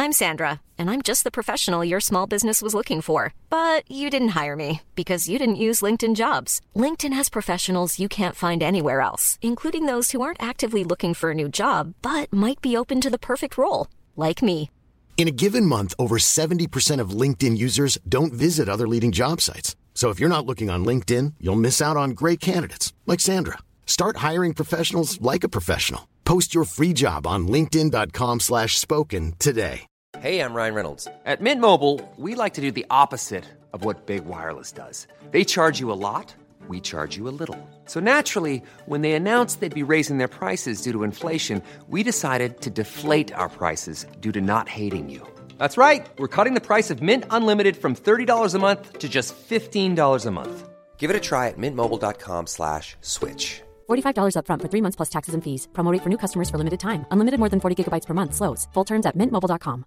I'm Sandra, and I'm just the professional your small business was looking for. But you didn't hire me because you didn't use LinkedIn Jobs. LinkedIn has professionals you can't find anywhere else, including those who aren't actively looking for a new job, but might be open to the perfect role, like me. In a given month, over 70% of LinkedIn users don't visit other leading job sites. So if you're not looking on LinkedIn, you'll miss out on great candidates like Sandra. Start hiring professionals like a professional. Post your free job on linkedin.com/spoken today. Hey, I'm Ryan Reynolds. At Mint Mobile, we like to do the opposite of what Big Wireless does. They charge you a lot, we charge you a little. So naturally, when they announced they'd be raising their prices due to inflation, we decided to deflate our prices due to not hating you. That's right. We're cutting the price of Mint Unlimited from $30 a month to just $15 a month. Give it a try at mintmobile.com/switch. $45 up front for 3 months plus taxes and fees. Promo rate for new customers for limited time. Unlimited more than 40 gigabytes per month. Slows full terms at mintmobile.com.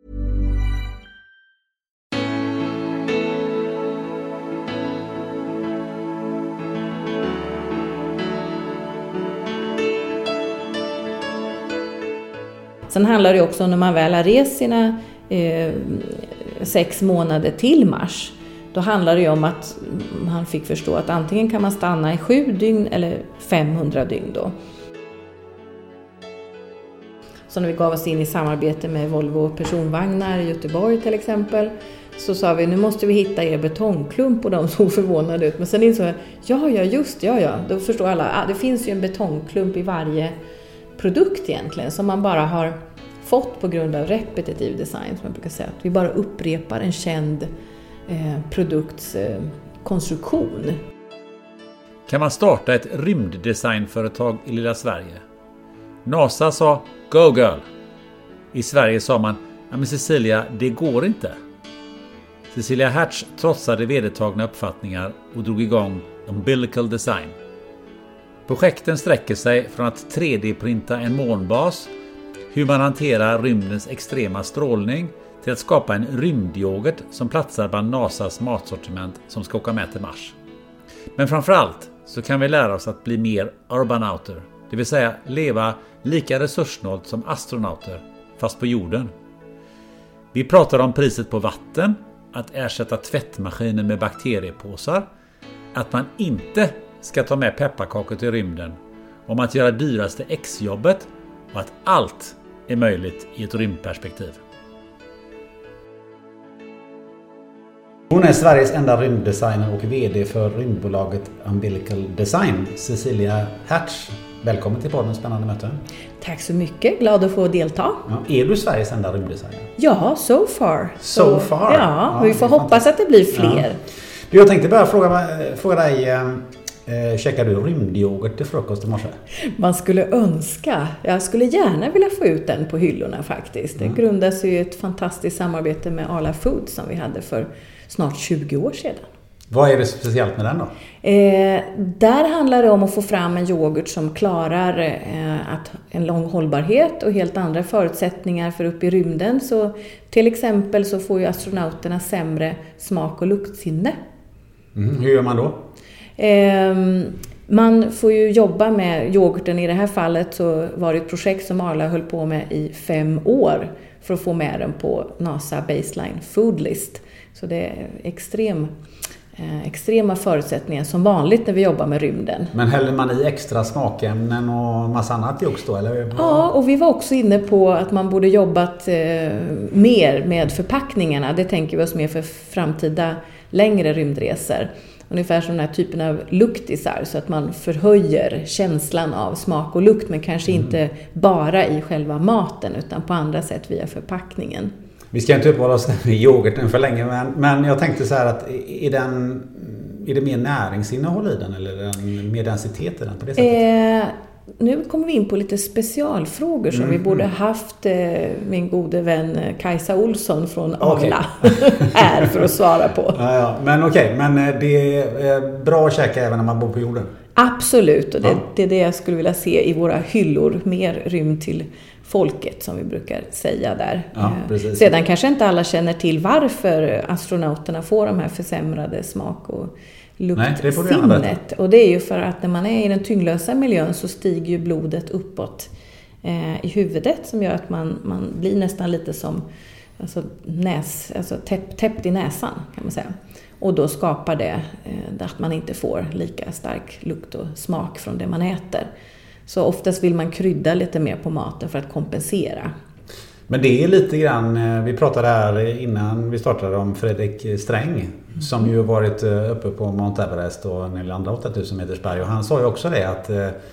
Sen handlar det också om när man väl har rest sina 6 månader till Mars. Då handlar det ju om att han fick förstå att antingen kan man stanna i 7 dygn eller 500 dygn då. Så när vi gav oss in i samarbete med Volvo personvagnar i Göteborg till exempel, så sa vi, nu måste vi hitta er betongklump, och de såg förvånade ut. Men sen insåg jag, då förstår alla, det finns ju en betongklump i varje produkt egentligen som man bara har fått på grund av repetitiv design, som man brukar säga. Att vi bara upprepar en känd produkts konstruktion. Kan man starta ett rymddesignföretag i lilla Sverige? NASA sa go girl. I Sverige sa man, ja men Cecilia, det går inte. Cecilia Hertz trotsade vedertagna uppfattningar och drog igång Umbilical Design. Projekten sträcker sig från att 3D-printa en månbas, hur man hanterar rymdens extrema strålning, till att skapa en rymdyoghurt som platsar bland NASAs matsortiment som ska åka med till Mars. Men framförallt så kan vi lära oss att bli mer urbanauter, det vill säga leva lika resurssnålt som astronauter, fast på jorden. Vi pratar om priset på vatten, att ersätta tvättmaskiner med bakteriepåsar, att man inte ska ta med pepparkakor till rymden, om att göra dyraste exjobbet och att allt är möjligt i ett rymdperspektiv. Hon är Sveriges enda rymddesigner och vd för rymdbolaget Umbilical Design, Cecilia Hertz. Välkommen till podden, spännande möte. Tack så mycket, glad att få delta. Ja, är du Sveriges enda rymddesigner? Ja, so far. So far? Ja, vi får hoppas att det blir fler. Ja. Jag tänkte bara fråga dig, käkar du rymdyoghurt till frukost i morse? Man skulle önska. Jag skulle gärna vilja få ut den på hyllorna faktiskt. Det grundas ju ett fantastiskt samarbete med Arla Foods som vi hade för snart 20 år sedan. Vad är det speciellt med den då? Där handlar det om att få fram en yoghurt som klarar en lång hållbarhet och helt andra förutsättningar för upp i rymden. Så till exempel så får ju astronauterna sämre smak- och luktsinne. Hur gör man då? Man får ju jobba med yoghurten. I det här fallet så var det ett projekt som Arla höll på med i 5 år för att få med den på NASA Baseline Food List. Så det är extrema förutsättningar som vanligt när vi jobbar med rymden. Men häller man i extra smakämnen och massa annat också? Eller? Ja, och vi var också inne på att man borde jobbat mer med förpackningarna. Det tänker vi oss mer för framtida längre rymdresor. Ungefär som den här typen av luktisar, så att man förhöjer känslan av smak och lukt, men kanske inte bara i själva maten utan på andra sätt via förpackningen. Vi ska inte uppehålla oss med yoghurten för länge, men jag tänkte så här att är det mer näringsinnehåll i den eller är det mer densitet i den på det sättet? Nu kommer vi in på lite specialfrågor som vi borde haft min gode vän Kajsa Olsson från Arla här för att svara på. Ja, men okej, men det är bra att käka även när man bor på jorden? Absolut, och det är det jag skulle vilja se i våra hyllor, mer rymd till folket som vi brukar säga där. Ja, sedan kanske inte alla känner till varför astronauterna får de här försämrade smak- och luktsinnet. Och det är ju för att när man är i den tyngdlösa miljön så stiger ju blodet uppåt i huvudet som gör att man blir nästan lite som täppt i näsan kan man säga. Och då skapar det att man inte får lika stark lukt och smak från det man äter. Så oftast vill man krydda lite mer på maten för att kompensera. Men det är lite grann, vi pratade här innan vi startade om Fredrik Sträng som ju varit uppe på Mount Everest och en del andra 8000 meters berg. Och han sa ju också det att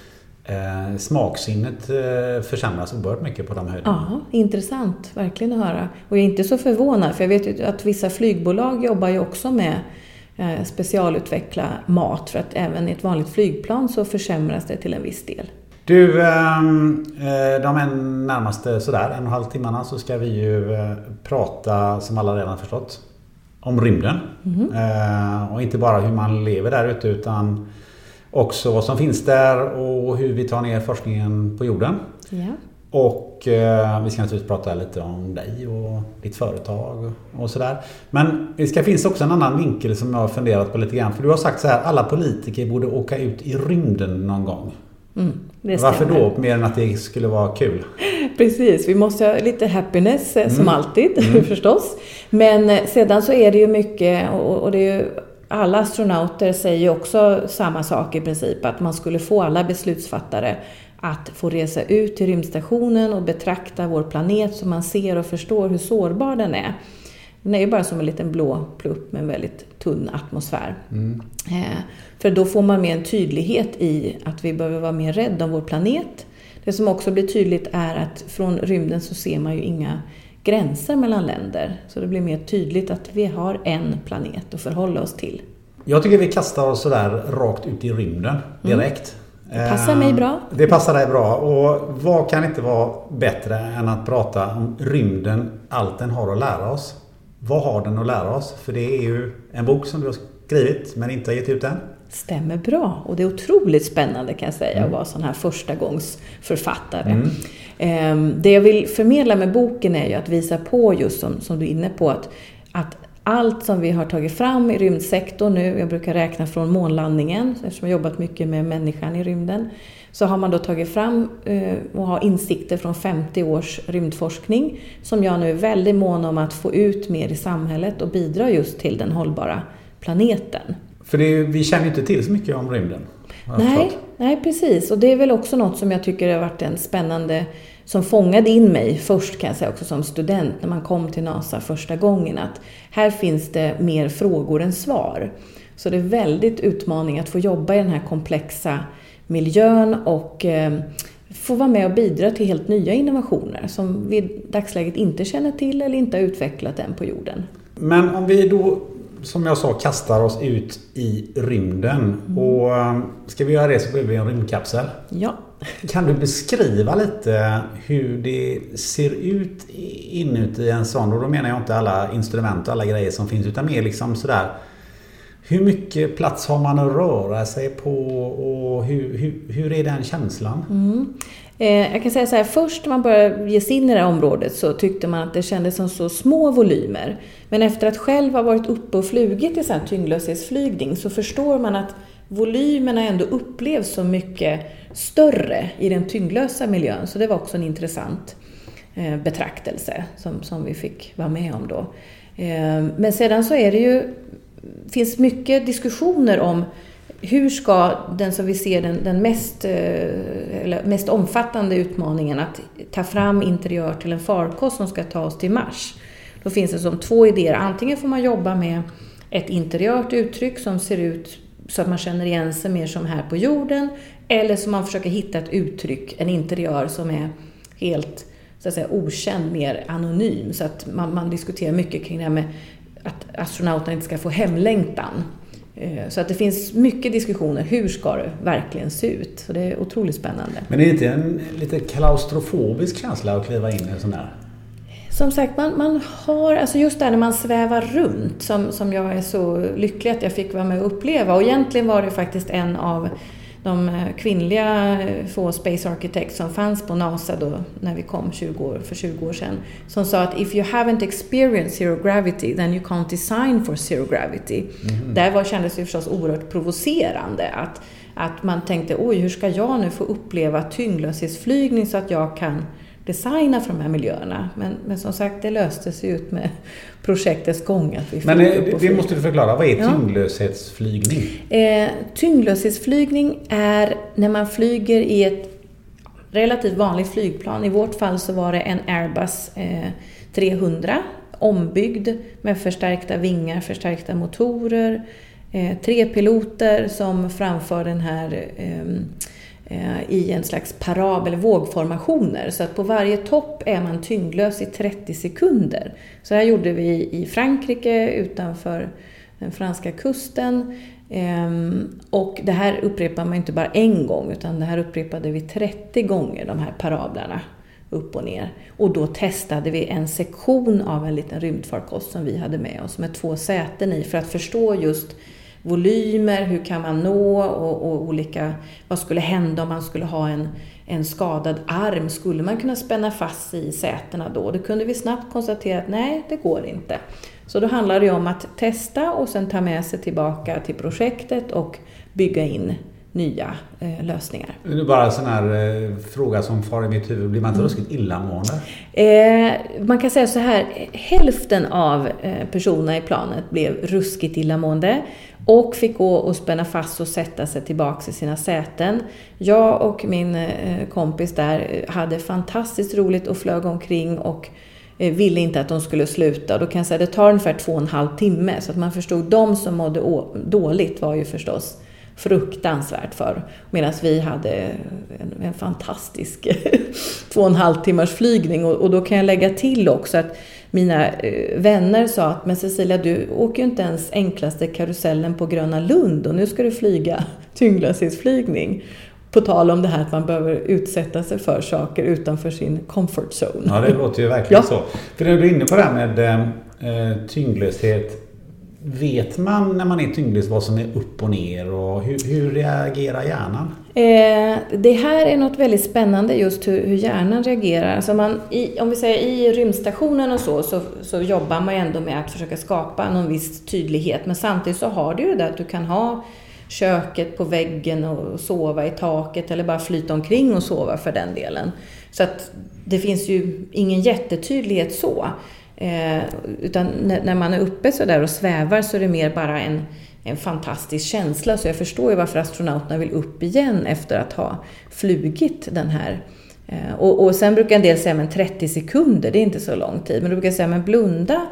smaksinnet försämras oerhört mycket på de höjderna. Ja, intressant. Verkligen att höra. Och jag är inte så förvånad för jag vet ju att vissa flygbolag jobbar ju också med specialutveckla mat för att även i ett vanligt flygplan så försämras det till en viss del. Du, de närmaste sådär 1,5 timmarna så ska vi ju prata, som alla redan förstått, om rymden. Och inte bara hur man lever där ute utan också vad som finns där och hur vi tar ner forskningen på jorden. Ja. Och vi ska naturligtvis prata lite om dig och ditt företag och sådär. Men det finns också en annan vinkel som jag har funderat på lite grann. För du har sagt så här, alla politiker borde åka ut i rymden någon gång. Varför då? Mer än att det skulle vara kul. Precis, vi måste ha lite happiness som alltid förstås. Men sedan så är det ju mycket, och det är ju, alla astronauter säger ju också samma sak i princip. Att man skulle få alla beslutsfattare att få resa ut till rymdstationen och betrakta vår planet så man ser och förstår hur sårbar den är. Den är ju bara som en liten blå plupp med en väldigt tunn atmosfär. För då får man med en tydlighet i att vi behöver vara mer rädda om vår planet. Det som också blir tydligt är att från rymden så ser man ju inga gränser mellan länder. Så det blir mer tydligt att vi har en planet att förhålla oss till. Jag tycker vi kastar oss sådär rakt ut i rymden direkt. Det passar mig bra. Det passar dig bra. Och vad kan inte vara bättre än att prata om rymden, allt den har att lära oss. Vad har den att lära oss? För det är ju en bok som du har skrivit men inte har gett ut än. Stämmer bra. Och det är otroligt spännande kan jag säga att vara sån här förstagångsförfattare. Det jag vill förmedla med boken är ju att visa på just som du är inne på att allt som vi har tagit fram i rymdsektorn nu, jag brukar räkna från månlandningen eftersom jag har jobbat mycket med människan i rymden, så har man då tagit fram och har insikter från 50 års rymdforskning som jag nu är väldigt mån om att få ut mer i samhället och bidra just till den hållbara planeten. För vi känner ju inte till så mycket om rymden. Nej, precis. Och det är väl också något som jag tycker har varit en spännande, som fångade in mig först kan jag säga också som student när man kom till NASA första gången, att här finns det mer frågor än svar. Så det är väldigt utmaning att få jobba i den här komplexa miljön och få vara med och bidra till helt nya innovationer som vi i dagsläget inte känner till eller inte har utvecklat än på jorden. Men om vi då, som jag sa, kastar oss ut i rymden och ska vi göra det så behöver vi en rymdkapsel. Ja. Kan du beskriva lite hur det ser ut inuti en sån? Och då menar jag inte alla instrument och alla grejer som finns utan mer liksom sådär. Hur mycket plats har man att röra sig på och hur är den känslan? Jag kan säga så här, först när man började ge sig in i det här området så tyckte man att det kändes som så små volymer. Men efter att själv ha varit uppe och flugit i sån här tyngdlöshetsflygning så förstår man att volymerna ändå upplevs så mycket större i den tyngdlösa miljön. Så det var också en intressant betraktelse som vi fick vara med om då. Men sedan så är det ju, finns mycket diskussioner om hur ska den som vi ser den mest omfattande utmaningen att ta fram interiör till en farkost som ska ta oss till Mars. Då finns det som 2 idéer. Antingen får man jobba med ett interiört uttryck som ser ut så att man känner igen sig mer som här på jorden. Eller så man försöker hitta ett uttryck, en interiör som är helt så att säga, okänd, mer anonym. Så att man diskuterar mycket kring det här med att astronauterna inte ska få hemlängtan. Så att det finns mycket diskussioner. Hur ska det verkligen se ut? Så det är otroligt spännande. Men är det inte en lite klaustrofobisk känsla att kliva in i en sån där? Som sagt, man har, alltså just där när man svävar runt som jag är så lycklig att jag fick vara med och uppleva. Och egentligen var det faktiskt en av de kvinnliga få space architects som fanns på NASA då när vi kom för 20 år sedan, som sa att if you haven't experienced zero gravity then you can't design for zero gravity. Där kändes det förstås oerhört provocerande Att man tänkte, oj, hur ska jag nu få uppleva tyngdlöshetsflygning så att jag kan designa för de här miljöerna. Men som sagt, det löste sig ut med projektets gång. Att vi men det måste du förklara, vad är tyngdlöshetsflygning? Tyngdlöshetsflygning är när man flyger i ett relativt vanligt flygplan. I vårt fall så var det en Airbus 300 ombyggd med förstärkta vingar, förstärkta motorer. 3 piloter som framför den här i en slags parabel eller vågformationer. Så att på varje topp är man tyngdlös i 30 sekunder. Så här gjorde vi i Frankrike utanför den franska kusten. Och det här upprepar man inte bara en gång, utan det här upprepade vi 30 gånger, de här parablarna upp och ner. Och då testade vi en sektion av en liten rymdfarkost som vi hade med oss med 2 säten i för att förstå just volymer, hur kan man nå och olika, vad skulle hända om man skulle ha en skadad arm, skulle man kunna spänna fast i sätena då? Det kunde vi snabbt konstatera att nej, det går inte. Så då handlar det om att testa och sen ta med sig tillbaka till projektet och bygga in nya lösningar. Det är bara en sån här fråga som far i mitt huvud. Blir man inte ruskigt illamående? Man kan säga så här, hälften av personerna i planet blev ruskigt illamående och fick gå och spänna fast och sätta sig tillbaka i sina säten. Jag och min kompis där hade fantastiskt roligt och flög omkring och ville inte att de skulle sluta. Då kan jag säga att det tar ungefär 2,5 timme. Så att man förstod, de som mådde dåligt var ju förstås fruktansvärt för. Medan vi hade en fantastisk 2,5 timmars flygning. Och då kan jag lägga till också att mina vänner sa att men Cecilia, du åker ju inte ens enklaste karusellen på Gröna Lund och nu ska du flyga tyngdlöshetsflygning. På tal om det här att man behöver utsätta sig för saker utanför sin comfort zone. Ja, det låter ju verkligen så. För när du är inne på det här med tyngdlöshet, vet man när man är tyngdlös vad som är upp och ner och hur reagerar hjärnan? Det här är något väldigt spännande just hur hjärnan reagerar. Alltså om vi säger i rymdstationen och så jobbar man ändå med att försöka skapa någon viss tydlighet. Men samtidigt så har du ju det att du kan ha köket på väggen och sova i taket eller bara flyta omkring och sova för den delen. Så att det finns ju ingen jättetydlighet så. Utan när man är uppe så där och svävar så är det mer bara en fantastisk känsla. Så jag förstår ju varför astronauterna vill upp igen efter att ha flugit den här. Och sen brukar en del säga men 30 sekunder, det är inte så lång tid. Men då brukar jag säga men blunda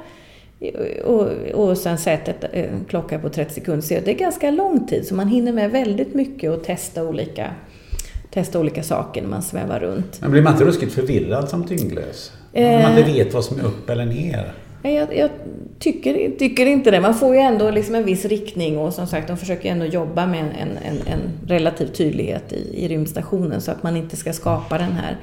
och sen sätta en klocka på 30 sekunder. Så det är ganska lång tid så man hinner med väldigt mycket och testa olika saker när man svävar runt. Men blir man inte ruskigt förvirrad som tyngdlös? Om man inte vet vad som är upp eller ner? Jag tycker inte det. Man får ju ändå liksom en viss riktning och som sagt de försöker ändå jobba med en relativ tydlighet i rymdstationen så att man inte ska skapa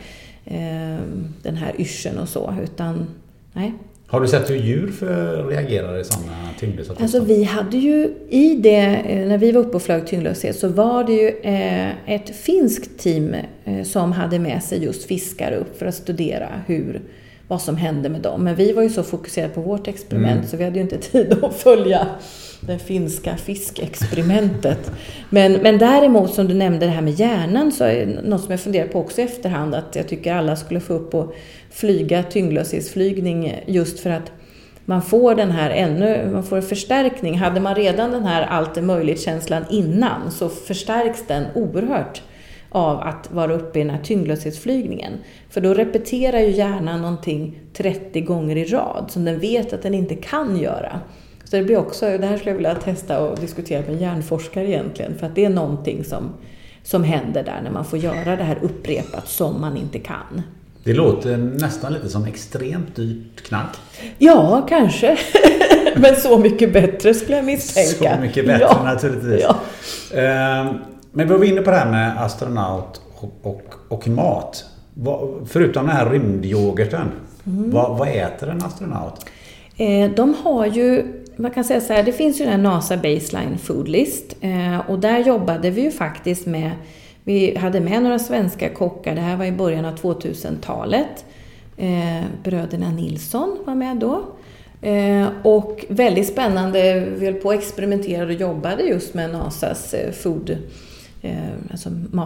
den här yrseln och så utan nej. Har du sett hur djur reagerar i sådana tyngdlösa? Alltså vi hade ju i det, när vi var uppe och flög tyngdlöshet så var det ju ett finskt team som hade med sig just fiskar upp för att studera vad som hände med dem. Men vi var ju så fokuserade på vårt experiment så vi hade ju inte tid att följa det finska fiskexperimentet. Men däremot som du nämnde det här med hjärnan så är det något som jag funderar på också i efterhand att jag tycker alla skulle få upp och flyga tyngdlöshetsflygning just för att man får man får en förstärkning. Hade man redan den här allt är möjligt känslan innan så förstärks den oerhört av att vara uppe i den här tyngdlöshetsflygningen. För då repeterar ju hjärnan någonting 30 gånger i rad som den vet att den inte kan göra. Så det blir också, det här skulle jag vilja testa och diskutera med en hjärnforskare egentligen. För att det är någonting som händer där när man får göra det här upprepat som man inte kan. Det låter nästan lite som extremt dyrt knark. Ja, kanske. Men så mycket bättre skulle jag misstänka. Så mycket bättre naturligtvis. Ja. Men vi var inne på det här med astronaut och mat. Förutom den här rymdyoghurten, vad äter en astronaut? De har ju, man kan säga så här, det finns ju den NASA Baseline Food List. Och där jobbade vi ju faktiskt vi hade med några svenska kockar, det här var i början av 2000-talet. Bröderna Nilsson var med då. Och väldigt spännande, vi höll på att experimentera och jobbade just med NASAs alltså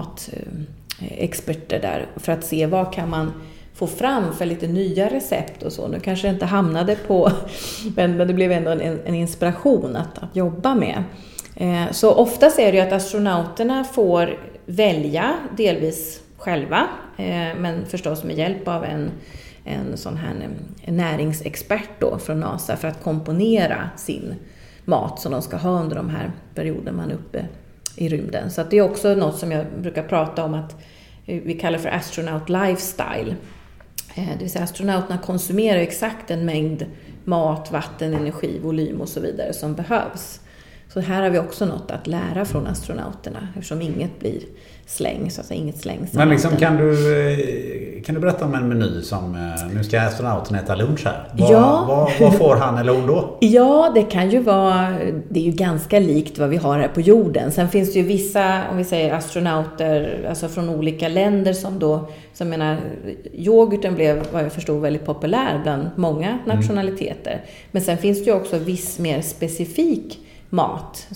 matexperter där för att se vad kan man få fram för lite nya recept och så. Nu kanske det inte hamnade på, men det blev ändå en inspiration att jobba med. Så oftast är det ju att astronauterna får välja delvis själva, men förstås med hjälp av en sån här näringsexpert då från NASA för att komponera sin mat som de ska ha under de här perioderna man är uppe i rymden. Så att det är också något som jag brukar prata om att vi kallar för astronaut lifestyle. Det vill säga astronauterna konsumerar exakt en mängd mat, vatten, energi, volym och så vidare som behövs. Så här har vi också något att lära från astronauterna eftersom inget blir släng, så att säga, inget slängs. Men liksom, kan du berätta om en meny som nu ska astronauten äta lunch här? Vad får han eller hon då? Ja, det kan ju vara, det är ju ganska likt vad vi har här på jorden. Sen finns det ju vissa, om vi säger astronauter, alltså från olika länder som menar, yoghurten blev vad jag förstod väldigt populär bland många nationaliteter. Men sen finns det ju också viss mer specifik mat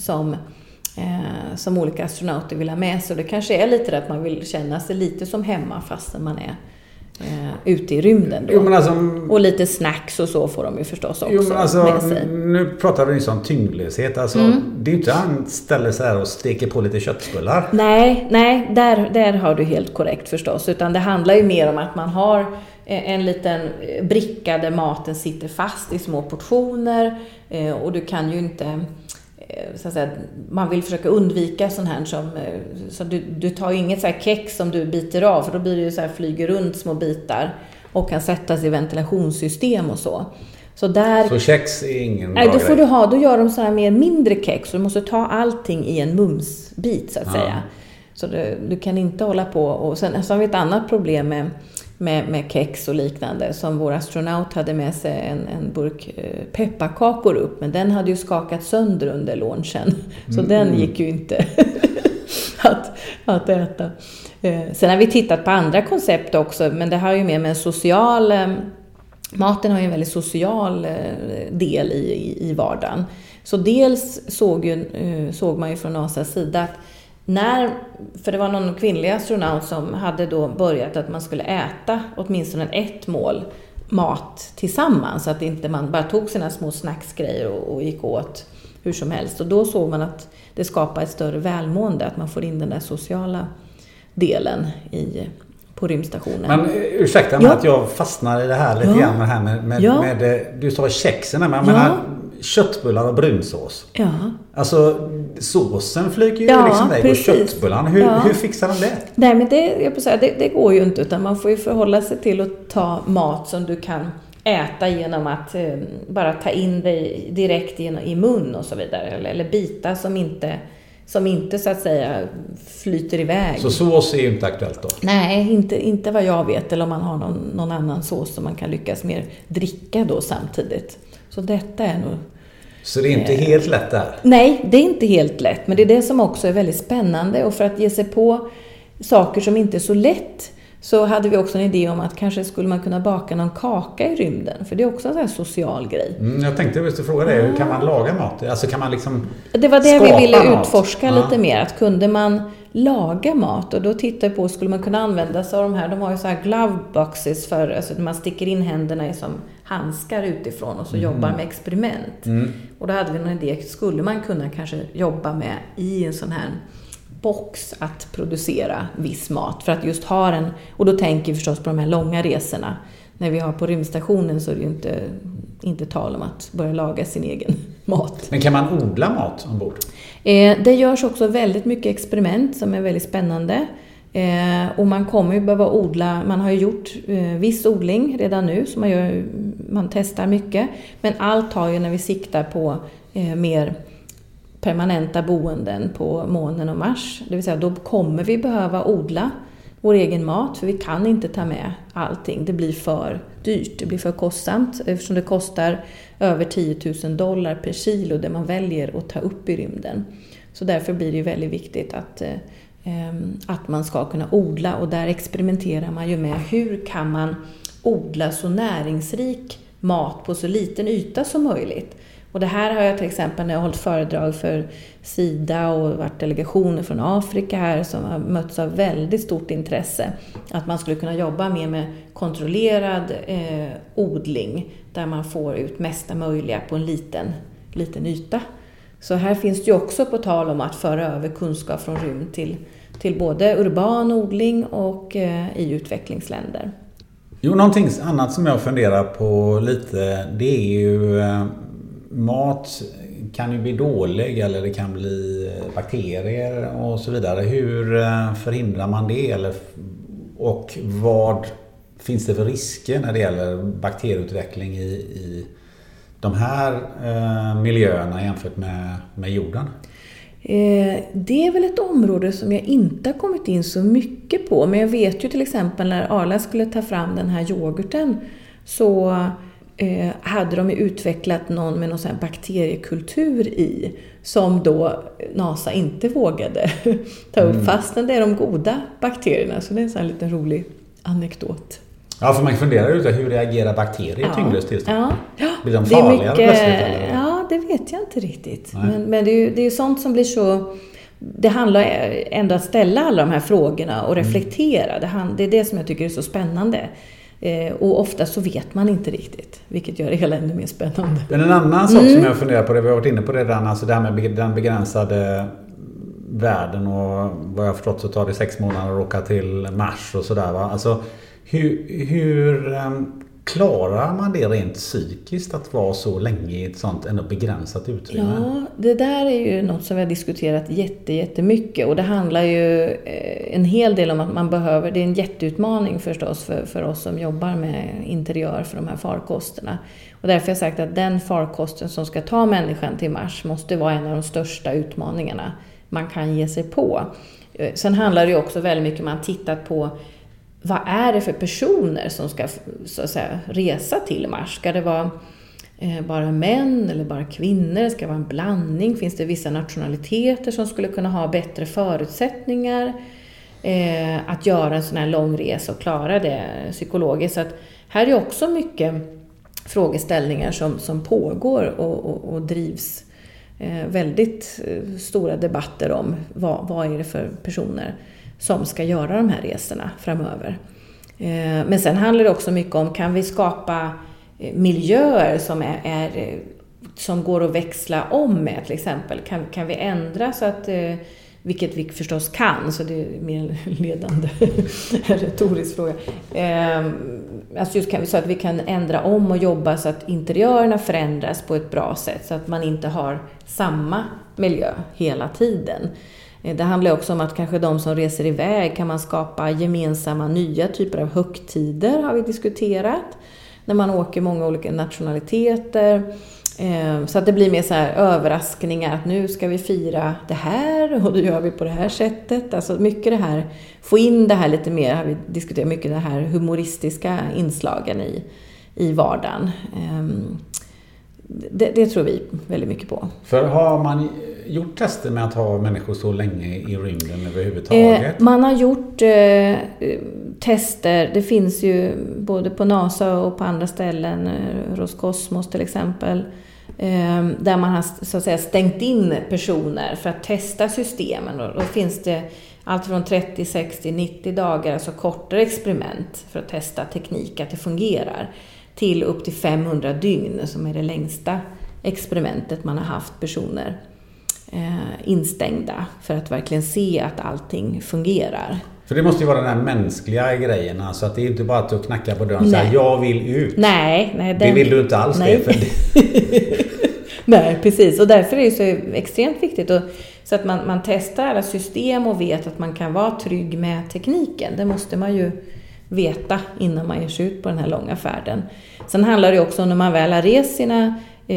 som olika astronauter vill ha med sig. Och det kanske är lite att man vill känna sig lite som hemma fastän man är ute i rymden då. Och lite snacks och så får de ju förstås också med sig. Nu pratar vi ju om tyngdlöshet. Det är ju inte han ställer sig här och steker på lite köttbullar. Nej, där har du helt korrekt förstås. Utan det handlar ju mer om att man har en liten bricka där maten sitter fast i små portioner. Och du kan ju inte, så att säga, man vill försöka undvika sån här så du tar ju inget så här kex som du biter av, för då blir det ju så här, flyger runt små bitar och kan sättas i ventilationssystem och så. Så kex är ingen bra grej? Då gör de så här mer mindre kex, så du måste ta allting i en mumsbit så att säga. Så du kan inte hålla på. Och sen så har vi ett annat problem med kex och liknande, som vår astronaut hade med sig en burk pepparkakor upp, men den hade ju skakat sönder under launchen, så den gick ju inte att äta. Sen har vi tittat på andra koncept också, men det har ju med en social, maten har ju en väldigt social del i vardagen. Så dels såg man ju från NASAs sida att för det var någon kvinnlig astronaut som hade då börjat att man skulle äta åtminstone ett mål mat tillsammans, så att inte man bara tog sina små snacksgrejer och gick åt hur som helst. Och då såg man att det skapar ett större välmående, att man får in den där sociala delen på rymdstationen. Men ursäkta mig att jag fastnar i det här lite grann, med du sa kexen, men jag menar köttbullar och brunsås. Ja. Alltså såsen flyger ju liksom iväg och köttbullarna. Hur fixar de det? Nej, men det går ju inte, utan man får ju förhålla sig till att ta mat som du kan äta genom att bara ta in dig direkt i mun och så vidare, eller bitar som inte så att säga flyter iväg. Så sås är ju inte aktuellt då? Nej, inte vad jag vet, eller om man har någon annan sås som man kan lyckas mer dricka då samtidigt. Så detta är nog... Så det är inte helt lätt där? Nej, det är inte helt lätt, men det är det som också är väldigt spännande. Och för att ge sig på saker som inte är så lätt, så hade vi också en idé om att kanske skulle man kunna baka någon kaka i rymden. För det är också en sån här social grej. Jag tänkte just fråga dig, hur kan man laga mat? Alltså kan man liksom det var det vi ville utforska lite mer. Att kunde man laga mat? Och då tittar jag på, skulle man kunna använda sig av de här? De har ju så här glove boxes för, alltså man sticker in händerna i som handskar utifrån och så jobbar med experiment. Och då hade vi någon idé, skulle man kunna kanske jobba med i en sån här box att producera viss mat, för att just ha en, och då tänker vi förstås på de här långa resorna. När vi har på rymdstationen så är det ju inte tal om att börja laga sin egen mat. Men kan man odla mat ombord? Det görs också väldigt mycket experiment som är väldigt spännande. Och man kommer ju behöva odla, man har ju gjort viss odling redan nu, så man testar mycket. Men allt har ju, när vi siktar på mer permanenta boenden på månen och Mars, det vill säga då kommer vi behöva odla vår egen mat, för vi kan inte ta med allting. Det blir för dyrt, det blir för kostsamt, eftersom det kostar över $10,000 per kilo det man väljer att ta upp i rymden. Så därför blir det väldigt viktigt att man ska kunna odla, och där experimenterar man ju med hur kan man odla så näringsrik mat på så liten yta som möjligt. Och det här har jag till exempel när jag har hållit föredrag för Sida och varit delegationer från Afrika här som har mötts av väldigt stort intresse. Att man skulle kunna jobba mer med kontrollerad odling där man får ut mesta möjliga på en liten yta. Så här finns det ju också på tal om att föra över kunskap från rymd till både urban odling och i utvecklingsländer. Jo, någonting annat som jag funderar på lite, det är ju mat kan ju bli dålig eller det kan bli bakterier och så vidare. Hur förhindrar man det? Och vad finns det för risker när det gäller bakterieutveckling i de här miljöerna jämfört med jorden? Det är väl ett område som jag inte har kommit in så mycket på. Men jag vet ju till exempel när Arla skulle ta fram den här yoghurten så hade de utvecklat någon med någon sån här bakteriekultur i som då NASA inte vågade ta upp fastän det är de goda bakterierna. Så det är en sån här liten rolig anekdot. Ja, för man funderar ut hur reagerar bakterier i tyngdlöst tillstånd? Ja. Blir de farligare plötsligt? Eller? Ja, det vet jag inte riktigt. Men det är ju sånt som blir så... Det handlar ändå att ställa alla de här frågorna och reflektera. Det är det som jag tycker är så spännande. Och ofta så vet man inte riktigt, vilket gör det hela ännu mer spännande. Men en annan sak som jag funderar på, det vi har varit inne på redan, alltså det här med den begränsade världen och vad jag har förstått så tar det 6 månader att åka till Mars och sådär, va? Alltså hur klarar man det rent psykiskt att vara så länge i ett sånt ändå begränsat utrymme? Ja, det där är ju något som vi har diskuterat jättemycket och det handlar ju en hel del om att man behöver, det är en jätteutmaning förstås för oss som jobbar med interiör för de här farkosterna. Och därför har jag sagt att den farkosten som ska ta människan till Mars måste vara en av de största utmaningarna man kan ge sig på. Sen handlar det ju också väldigt mycket om man tittat på vad är det för personer som ska så att säga, resa till Mars? Ska det vara bara män eller bara kvinnor? Ska det vara en blandning? Finns det vissa nationaliteter som skulle kunna ha bättre förutsättningar att göra en sån här lång resa och klara det psykologiskt? Så att här är också mycket frågeställningar som pågår och drivs väldigt stora debatter om vad är det för personer som ska göra de här resorna framöver. Men sen handlar det också mycket om, kan vi skapa miljöer som går att växla om med till exempel? Kan vi ändra så att, vilket vi förstås kan, så det är mer en ledande retorisk fråga. Alltså just så att vi kan ändra om och jobba så att interiörerna förändras på ett bra sätt så att man inte har samma miljö hela tiden. Det handlar också om att kanske de som reser iväg kan man skapa gemensamma nya typer av högtider, har vi diskuterat. När man åker många olika nationaliteter. Så att det blir mer så här överraskningar att nu ska vi fira det här och då gör vi på det här sättet. Alltså mycket det här, få in det här lite mer, har vi diskuterat mycket det här humoristiska inslagen i vardagen. Det tror vi väldigt mycket på. För har man gjort tester med att ha människor så länge i rymden överhuvudtaget? Man har gjort tester, det finns ju både på NASA och på andra ställen, Roskosmos till exempel, där man har så att säga stängt in personer för att testa systemen. Och då finns det allt från 30, 60, 90 dagar, alltså kortare experiment för att testa teknik, att det fungerar, till upp till 500 dygn som är det längsta experimentet man har haft personer instängda för att verkligen se att allting fungerar. För det måste ju vara den här mänskliga grejen, alltså att det är inte bara att du knackar på dörren och säger jag vill ut. Nej, det vill du inte alls. Nej. Det för Nej, precis. Och därför är det så extremt viktigt så att man testar alla system och vet att man kan vara trygg med tekniken. Det måste man ju veta innan man ger sig ut på den här långa färden. Sen handlar det också om när man väl har rest sina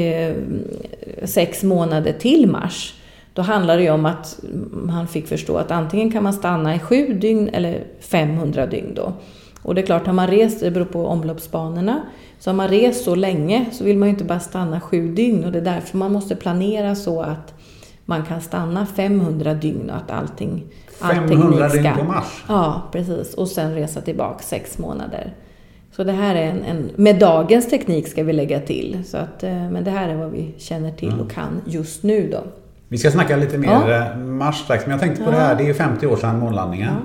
6 månader till Mars. Då handlar det ju om att man fick förstå att antingen kan man stanna i 7 dygn eller 500 dygn då. Och det är klart, har man rest, det beror på omloppsbanorna. Så har man rest så länge så vill man ju inte bara stanna 7 dygn. Och det är därför man måste planera så att man kan stanna 500 dygn och att allting 500 dygn på Mars? Ja, precis. Och sen resa tillbaka 6 månader Så det här är med dagens teknik ska vi lägga till. Så att, men det här är vad vi känner till och kan just nu då. Vi ska snacka lite mer Mars strax, men jag tänkte på det här, det är ju 50 år sedan månlandningen. Ja.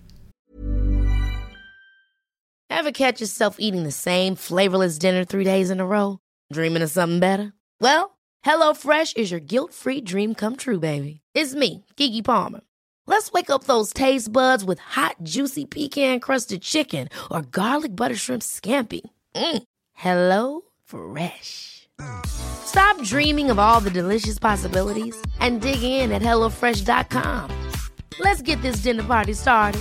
Ever catch yourself eating the same flavorless dinner 3 days in a row? Dreaming of something better? Well, HelloFresh is your guilt-free dream come true, baby. It's me, Keke Palmer. Let's wake up those taste buds with hot, juicy pecan-crusted chicken or garlic butter shrimp scampi. Hello Fresh. Stop dreaming of all the delicious possibilities and dig in at HelloFresh.com. Let's get this dinner party started.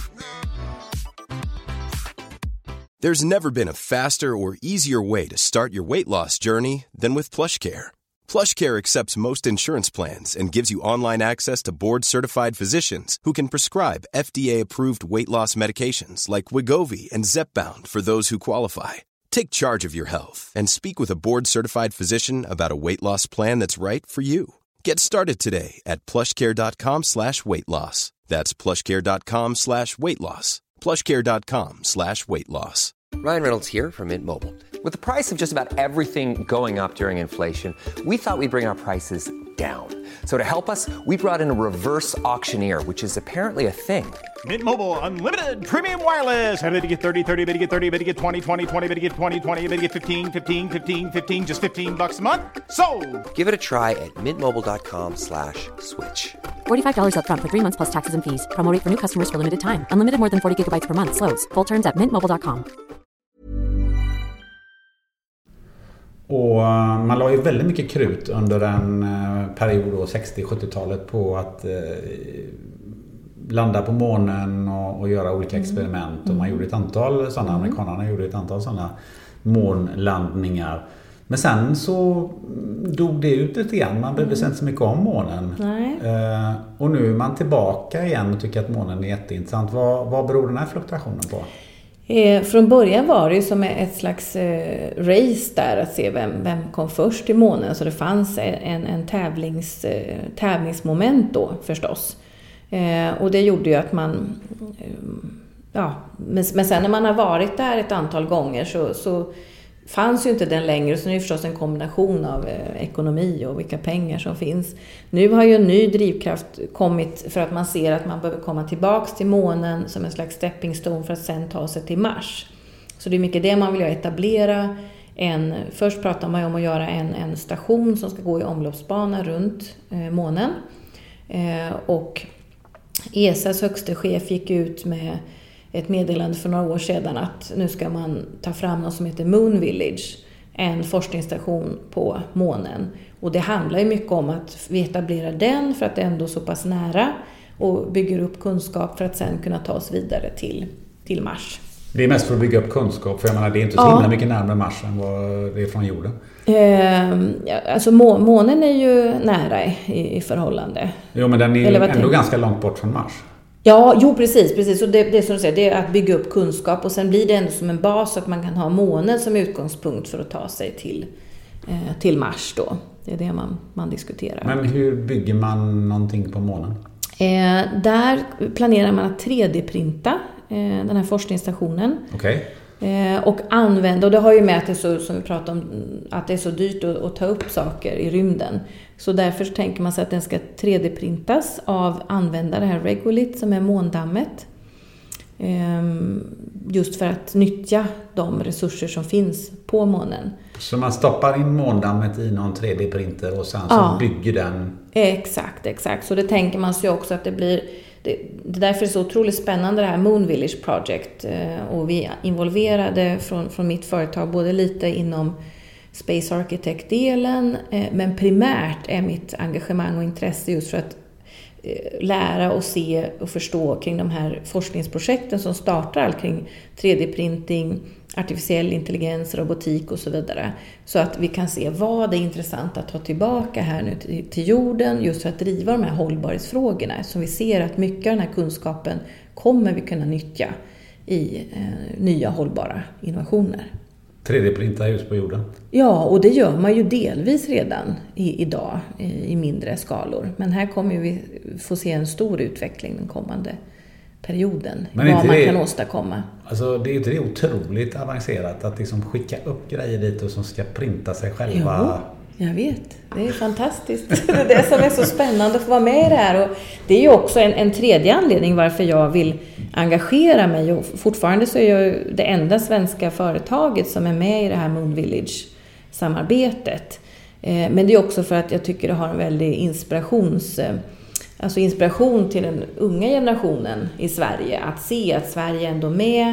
There's never been a faster or easier way to start your weight loss journey than with PlushCare. PlushCare accepts most insurance plans and gives you online access to board-certified physicians who can prescribe FDA-approved weight loss medications like Wegovy and Zepbound for those who qualify. Take charge of your health and speak with a board-certified physician about a weight loss plan that's right for you. Get started today at plushcare.com/weightloss. That's plushcare.com/weightloss. plushcare.com/weightloss. Ryan Reynolds here from Mint Mobile. With the price of just about everything going up during inflation, we thought we'd bring our prices down. So to help us, we brought in a reverse auctioneer, which is apparently a thing. Mint Mobile Unlimited Premium Wireless. How to get 30, 30, bit to get 30, bit to get 20, 20, 20, bit to get 20, 20, bit to get 15, 15, 15, 15, just $15 a month? Sold! Give it a try at mintmobile.com/switch. $45 up front for 3 months plus taxes and fees. Promo rate for new customers for limited time. Unlimited more than 40 gigabytes per month. Slows full terms at mintmobile.com. Och man la ju väldigt mycket krut under en period då, 60-70-talet på att landa på månen och göra olika experiment. Och man gjorde ett antal sådana, amerikanerna gjorde ett antal sådana månlandningar. Men sen så dog det ut lite grann. Man brydde sig inte så mycket om månen. Och nu är man tillbaka igen och tycker att månen är jätteintressant. Vad beror den här fluktuationen på? Från början var det ju som ett slags race där att se vem kom först till månen. Så det fanns en tävlingsmoment då förstås. Och det gjorde ju att man... men sen när man har varit där ett antal gånger så fanns ju inte den längre. Så nu är det förstås en kombination av ekonomi och vilka pengar som finns. Nu har ju en ny drivkraft kommit för att man ser att man behöver komma tillbaks till månen som en slags stepping stone för att sen ta sig till Mars. Så det är mycket det man vill etablera. Först pratar man ju om att göra en station som ska gå i omloppsbana runt månen. Och ESAs högste chef gick ut med ett meddelande för några år sedan att nu ska man ta fram något som heter Moon Village, en forskningsstation på månen. Och det handlar ju mycket om att vi etablerar den för att det är ändå så pass nära och bygger upp kunskap för att sen kunna ta oss vidare till Mars. Det är mest för att bygga upp kunskap, för jag menar, det är inte så himla mycket närmare Mars än vad det är från jorden. Alltså månen är ju nära i förhållande. Jo, men den är ändå ganska långt bort från Mars. Ja, jo precis. Så det som du säger, det är att bygga upp kunskap och sen blir det ändå som en bas så att man kan ha månen som utgångspunkt för att ta sig till Mars då. Det är det man diskuterar. Men hur bygger man någonting på månen? Där planerar man att 3D-printa den här forskningsstationen. Okej. Och använda, och det har ju med att det är så, som vi pratade om, att det är så dyrt att ta upp saker i rymden. Så därför så tänker man sig att den ska 3D-printas av användare här Regolith som är måndammet. Just för att nyttja de resurser som finns på månen. Så man stoppar in måndammet i någon 3D-printer och sen så bygger den? Exakt. Så det tänker man sig också att det blir... Det är därför det är så otroligt spännande det här Moon Village Project. Och vi är involverade från mitt företag både lite inom Space Architect-delen. Men primärt är mitt engagemang och intresse just för att lära och se och förstå kring de här forskningsprojekten som startar allt kring 3D-printing, artificiell intelligens, robotik och så vidare. Så att vi kan se vad det är intressant att ta tillbaka här nu till jorden just för att driva de här hållbarhetsfrågorna. Så vi ser att mycket av den här kunskapen kommer vi kunna nyttja i nya hållbara innovationer. 3D-printa hus på jorden? Ja, och det gör man ju delvis redan idag i mindre skalor. Men här kommer vi få se en stor utveckling den kommande perioden. Men vad inte man det, kan åstadkomma. Alltså det är inte det otroligt avancerat att liksom skicka upp grejer dit och som ska printa sig själva? Jo, jag vet. Det är fantastiskt. Det är det som är så spännande att få vara med i det här. Och det är ju också en tredje anledning varför jag vill engagera mig. Och fortfarande så är jag det enda svenska företaget som är med i det här Moon Village-samarbetet. Men det är också för att jag tycker det har en väldig inspiration till den unga generationen i Sverige. Att se att Sverige ändå är med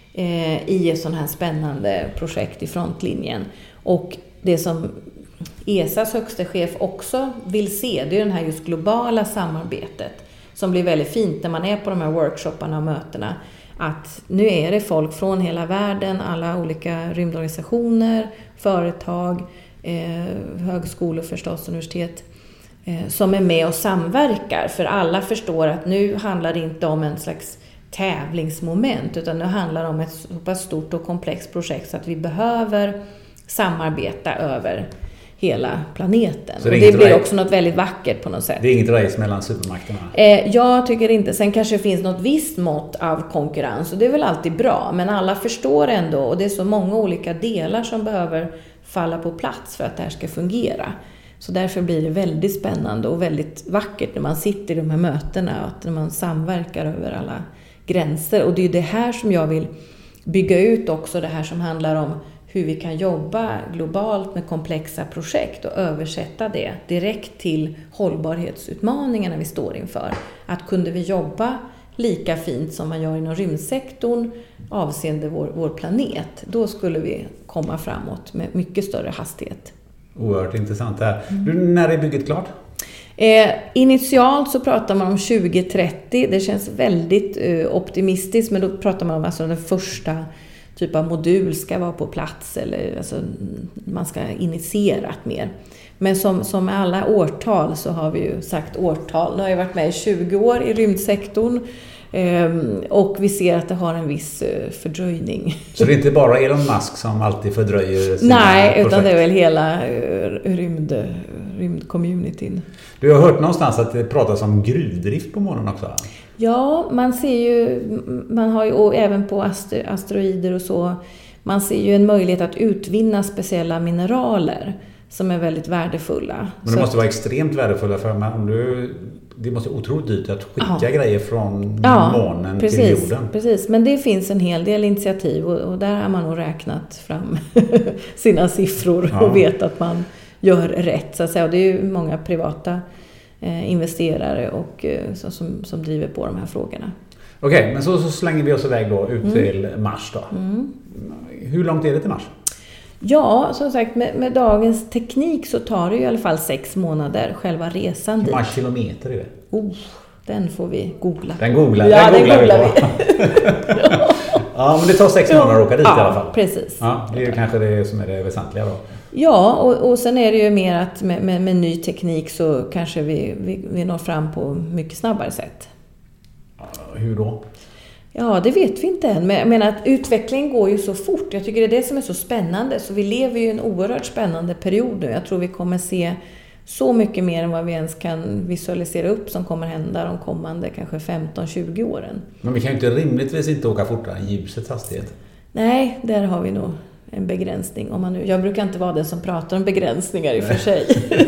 i ett sådant här spännande projekt i frontlinjen. Och det som ESAs högsta chef också vill se, det är den här just globala samarbetet som blir väldigt fint när man är på de här workshopparna och mötena. Att nu är det folk från hela världen, alla olika rymdorganisationer, företag, högskolor förstås, universitet, som är med och samverkar. För alla förstår att nu handlar det inte om en slags tävlingsmoment, utan nu handlar det om ett så pass stort och komplext projekt så att vi behöver samarbeta över hela planeten. Och det blir också något väldigt vackert på något sätt. Det är inget race mellan supermakterna? Jag tycker inte. Sen kanske det finns något visst mått av konkurrens och det är väl alltid bra. Men alla förstår ändå, och det är så många olika delar som behöver falla på plats för att det här ska fungera. Så därför blir det väldigt spännande och väldigt vackert när man sitter i de här mötena och att man samverkar över alla gränser. Och det är det här som jag vill bygga ut också, det här som handlar om hur vi kan jobba globalt med komplexa projekt och översätta det direkt till hållbarhetsutmaningarna vi står inför. Att kunde vi jobba lika fint som man gör inom rymdsektorn avseende vår planet, då skulle vi komma framåt med mycket större hastighet. Oerhört intressant det här. När är bygget klart? Initialt så pratar man om 2030. Det känns väldigt optimistiskt, men då pratar man om alltså den första typ av modul ska vara på plats, eller alltså, man ska initierat mer. Men som med alla årtal så har vi ju sagt årtal. Nu har jag varit med i 20 år i rymdsektorn och vi ser att det har en viss fördröjning. Så det är inte bara Elon Musk som alltid fördröjer sina projekt? Utan det är väl hela rymdcommunityn. Du har hört någonstans att det pratas om gruvdrift på månen också? Ja, man ser ju, man har ju, och även på asteroider och så, man ser ju en möjlighet att utvinna speciella mineraler som är väldigt värdefulla. Men det måste vara extremt värdefulla, för det måste vara otroligt dyrt att skicka grejer från månen till jorden. Precis, men det finns en hel del initiativ och där har man nog räknat fram sina siffror och vet att man gör rätt. Så att säga. Och det är ju många privata investerare och som driver på de här frågorna. Okej, men så slänger vi oss iväg då ut till Mars då. Hur långt är det till Mars? Ja, som sagt, med dagens teknik så tar det ju i alla fall 6 månader själva resan dit. Hur många kilometer är det? Den får vi googla. Den googlar vi. Ja, men det tar 6 månader att åka dit i alla fall. Precis. Ja, det är ju kanske det som är det väsentliga då. Ja, och sen är det ju mer att med ny teknik så kanske vi når fram på mycket snabbare sätt. Hur då? Ja, det vet vi inte än. Men jag menar att utvecklingen går ju så fort. Jag tycker det är det som är så spännande. Så vi lever ju i en oerhört spännande period nu. Jag tror vi kommer se så mycket mer än vad vi ens kan visualisera upp som kommer hända de kommande kanske 15-20 åren. Men vi kan ju inte rimligtvis inte åka fortare än ljusets hastighet. Nej, där har vi nog en begränsning. Jag brukar inte vara den som pratar om begränsningar i och för sig.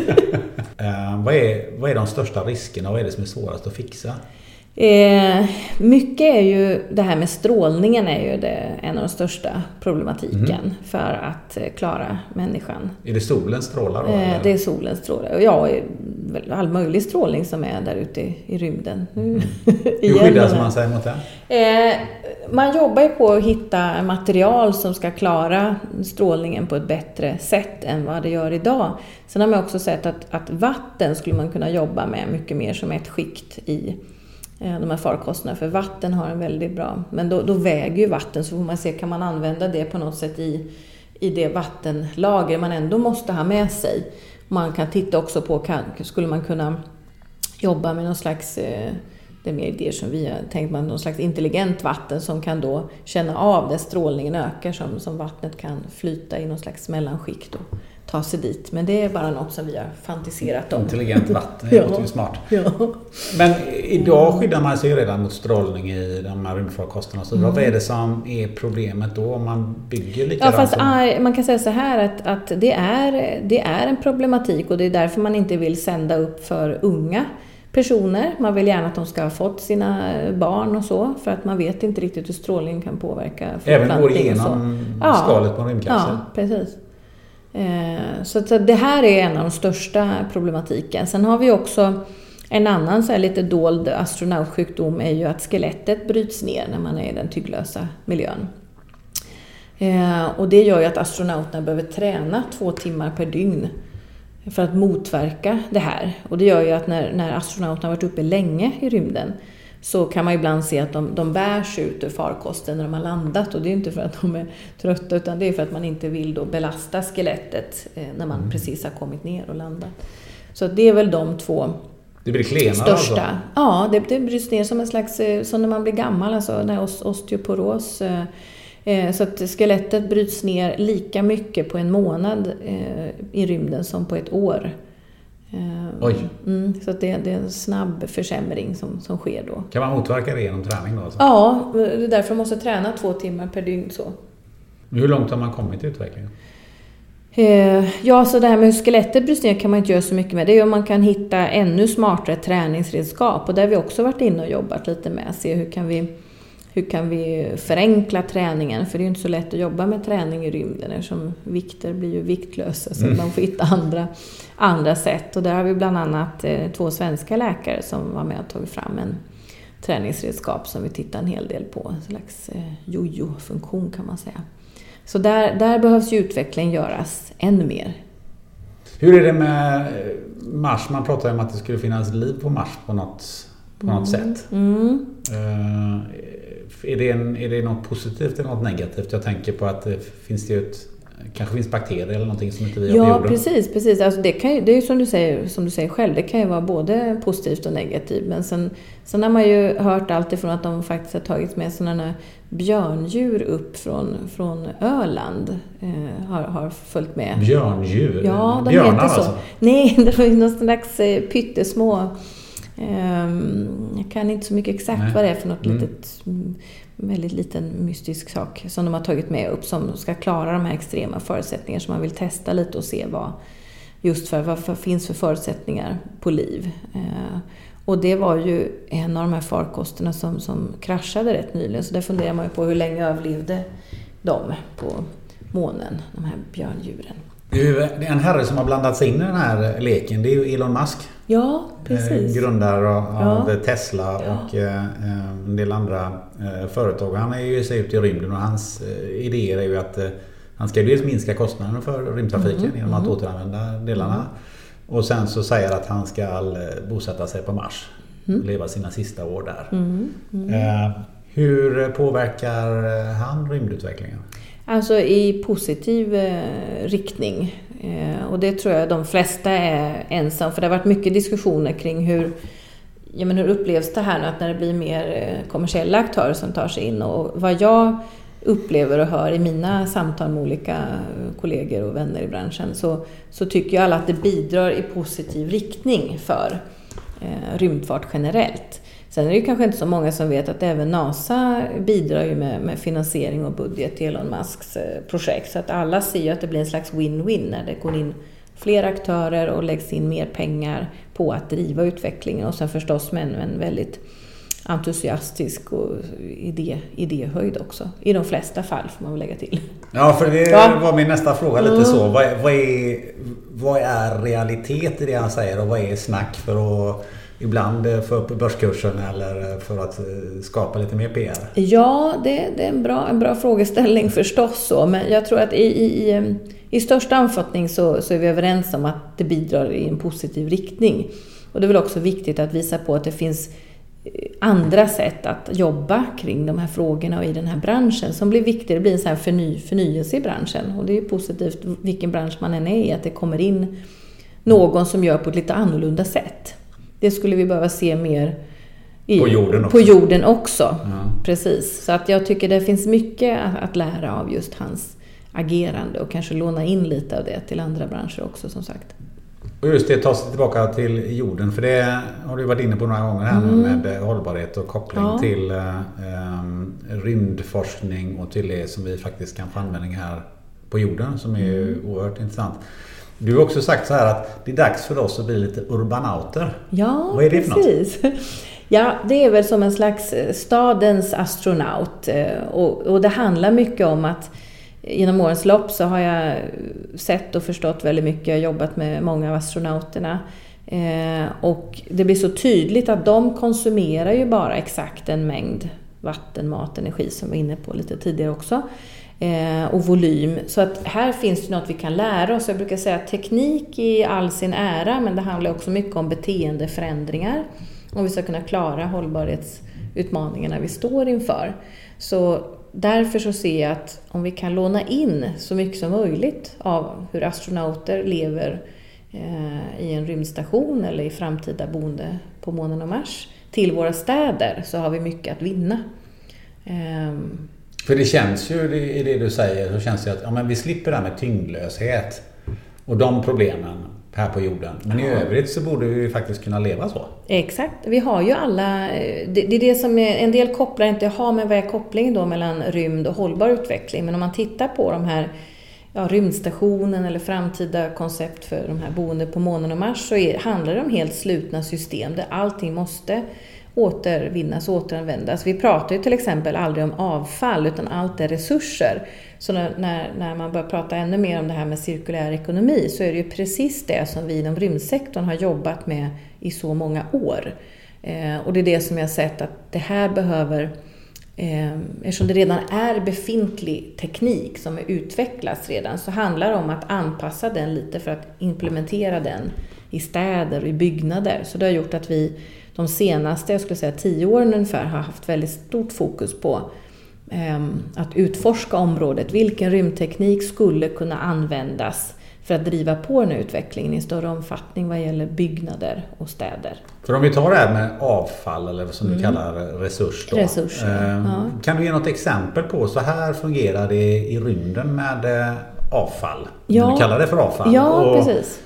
Vad är de största riskerna och vad är det som är svårast att fixa? Mycket är ju det här med strålningen är ju en av de största problematiken för att klara människan. Är det solens strålar då? Det är solens strålar. Ja, all möjlig strålning som är där ute i rymden. Hur skyddas man sig mot det? Man jobbar ju på att hitta material som ska klara strålningen på ett bättre sätt än vad det gör idag. Sen har man också sett att vatten skulle man kunna jobba med mycket mer som ett skikt i de här farkosterna, för vatten har en väldigt bra, men då väger ju vatten, så får man se, kan man använda det på något sätt i det vattenlager man ändå måste ha med sig. Man kan titta också på, skulle man kunna jobba med någon slags, det är mer idéer som vi har tänkt, någon slags intelligent vatten som kan då känna av där strålningen ökar, som vattnet kan flyta i någon slags mellanskikt och ta sig dit. Men det är bara något som vi har fantiserat om. Intelligent vatten, det låter ju smart. Ja. Men idag skyddar man sig ju redan mot strålning i de här rymdfarkosterna. Så vad är det som är problemet då om man bygger likadant? Ja, fast man kan säga så här att det är en problematik, och det är därför man inte vill sända upp för unga personer. Man vill gärna att de ska ha fått sina barn och så, för att man vet inte riktigt hur strålning kan påverka fortplantning. Även går igenom skalet på en rymdkapsel? Ja, precis. Så det här är en av de största problematiken. Sen har vi också en annan så här lite dold astronautsjukdom, är ju att skelettet bryts ner när man är i den tygglösa miljön. Och det gör ju att astronauterna behöver träna 2 timmar per dygn för att motverka det här. Och det gör ju att när astronauterna har varit uppe länge i rymden, så kan man ibland se att de bärs ut ur farkosten när de har landat. Och det är inte för att de är trötta, utan det är för att man inte vill då belasta skelettet när man precis har kommit ner och landat. Så det är väl de 2 det blir klenare största. Alltså. Ja, det bryts ner som en slags, som när man blir gammal, alltså den här osteoporos. Så att skelettet bryts ner lika mycket på en månad i rymden som på ett år. Oj. Så att det är en snabb försämring som sker då. Kan man motverka det genom träning då? Alltså? Ja, det är därför man måste träna 2 timmar per dygn. Så. Hur långt har man kommit i utvecklingen? Ja, så det här med hur skelettet bryts ner kan man inte göra så mycket med. Det är om man kan hitta ännu smartare träningsredskap. Och där har vi också varit inne och jobbat lite med. Se hur kan vi förenkla träningen? För det är ju inte så lätt att jobba med träning i rymden, eftersom vikter blir ju viktlösa, så man får hitta andra sätt. Och där har vi bland annat 2 svenska läkare som var med och tagit fram en träningsredskap som vi tittar en hel del på. En slags jojo-funktion kan man säga. Så där behövs ju utveckling göras ännu mer. Hur är det med Mars? Man pratar ju om att det skulle finnas liv på Mars på något sätt. Är det något positivt eller något negativt? Jag tänker på att kanske finns bakterier eller någonting som inte vi har på jorden. Ja, precis. Alltså det är ju som du säger själv, det kan ju vara både positivt och negativt. Men sen har man ju hört allt ifrån att de faktiskt har tagit med sådana björndjur upp från Öland. Har följt med. Björndjur? Ja, de björnar heter så. Alltså. Nej, det var ju någon slags pyttesmå. Jag kan inte så mycket exakt vad det är för något litet, väldigt liten mystisk sak som de har tagit med upp, som ska klara de här extrema förutsättningarna, som man vill testa lite och se vad finns för förutsättningar på liv. Och det var ju en av de här farkosterna som kraschade rätt nyligen, så där funderar man ju på hur länge överlevde de på månen, de här björndjuren. Det är en herre som har blandat sig in i den här leken. Det är ju Elon Musk. Ja, precis. Grundare av Tesla och en del andra företag. Han är ju sig ut i rymden, och hans idéer är ju att han ska dels minska kostnaderna för rymdtrafiken genom att återanvända delarna. Och sen så säger att han ska bosätta sig på Mars och leva sina sista år där. Hur påverkar han rymdutvecklingen? Alltså i positiv riktning. Och det tror jag de flesta är ensam. För det har varit mycket diskussioner kring hur upplevs det här nu, att när det blir mer kommersiella aktörer som tar sig in. Och vad jag upplever och hör i mina samtal med olika kollegor och vänner i branschen, så tycker ju alla att det bidrar i positiv riktning för rymdfart generellt. Sen är det ju kanske inte så många som vet att även NASA bidrar ju med finansiering och budget till Elon Musks projekt. Så att alla ser ju att det blir en slags win-win när det går in fler aktörer och läggs in mer pengar på att driva utvecklingen. Och sen förstås med en väldigt entusiastisk och idéhöjd också. I de flesta fall får man väl lägga till. Ja, för det var min nästa fråga lite så. Vad är realitet i det han säger, och vad är snack för att ibland få upp börskursen eller för att skapa lite mer PR? Ja, det är en bra frågeställning förstås så. Men jag tror att i största omfattning så är vi överens om att det bidrar i en positiv riktning. Och det är väl också viktigt att visa på att det finns andra sätt att jobba kring de här frågorna och i den här branschen som blir viktigare. Det blir en sån här förnyelse i branschen. Och det är ju positivt vilken bransch man än är i, att det kommer in någon som gör på ett lite annorlunda sätt. Det skulle vi behöva se mer på jorden också. Ja. Precis. Så att jag tycker det finns mycket att lära av just hans agerande och kanske låna in lite av det till andra branscher också som sagt. Och just det, ta sig tillbaka till jorden, för det har du varit inne på några gånger här med hållbarhet och koppling till rymdforskning och till det som vi faktiskt kan få användning här på jorden som är oerhört intressant. Du har också sagt så här att det är dags för oss att bli lite urbanauter. Ja, vad är det precis. För något? Ja, det är väl som en slags stadens astronaut och det handlar mycket om att genom årens lopp så har jag sett och förstått väldigt mycket. Jag har jobbat med många av astronauterna och det blir så tydligt att de konsumerar ju bara exakt en mängd vatten, mat, energi som vi var inne på lite tidigare också och volym. Så att här finns det något vi kan lära oss. Jag brukar säga att teknik i all sin ära, men det handlar också mycket om beteendeförändringar om vi ska kunna klara hållbarhetsutmaningarna vi står inför. Så därför så ser jag att om vi kan låna in så mycket som möjligt av hur astronauter lever i en rymdstation eller i framtida boende på månen och Mars till våra städer, så har vi mycket att vinna. För det känns ju i det du säger, så känns det att men vi slipper det här med tyngdlöshet och de problemen här på jorden. Men i övrigt så borde vi faktiskt kunna leva så. Exakt. Vi har ju alla, det är det som en del kopplar inte har, men vad är kopplingen då mellan rymd och hållbar utveckling? Men om man tittar på de här rymdstationen eller framtida koncept för de här boende på månen och Mars, så handlar det om helt slutna system där allting måste återvinnas och återanvändas. Vi pratar ju till exempel aldrig om avfall, utan allt är resurser. Så när man börjar prata ännu mer om det här med cirkulär ekonomi, så är det ju precis det som vi inom rymdsektorn har jobbat med i så många år. Och det är det som jag har sett att det här behöver, eftersom det redan är befintlig teknik som är utvecklats redan, så handlar det om att anpassa den lite för att implementera den i städer och i byggnader. Så det har gjort att vi de senaste, jag skulle säga 10 åren ungefär, har haft väldigt stort fokus på att utforska området. Vilken rymdteknik skulle kunna användas för att driva på den här utvecklingen i större omfattning vad gäller byggnader och städer. För om vi tar det här med avfall, eller vad som du kallar resurs då. Resurser, Kan du ge något exempel på så här fungerar det i rymden med avfall? Ja. Du kallar det för avfall. Ja, precis.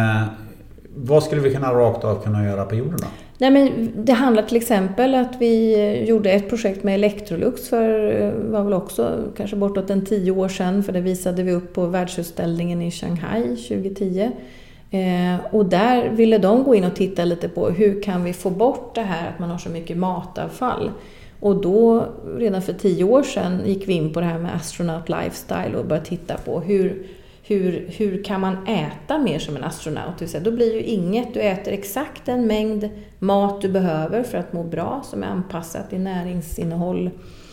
Vad skulle vi rakt av kunna göra på jorden då? Nej, men det handlar till exempel att vi gjorde ett projekt med Electrolux för var väl också kanske bortåt 10 år sedan, för det visade vi upp på världsutställningen i Shanghai 2010. Och där ville de gå in och titta lite på hur kan vi få bort det här att man har så mycket matavfall. Och då redan för 10 år sedan gick vi in på det här med astronaut lifestyle och började titta på hur kan man äta mer som en astronaut? Då blir ju inget, du äter exakt en mängd mat du behöver för att må bra som är anpassat i näringsinnehåll.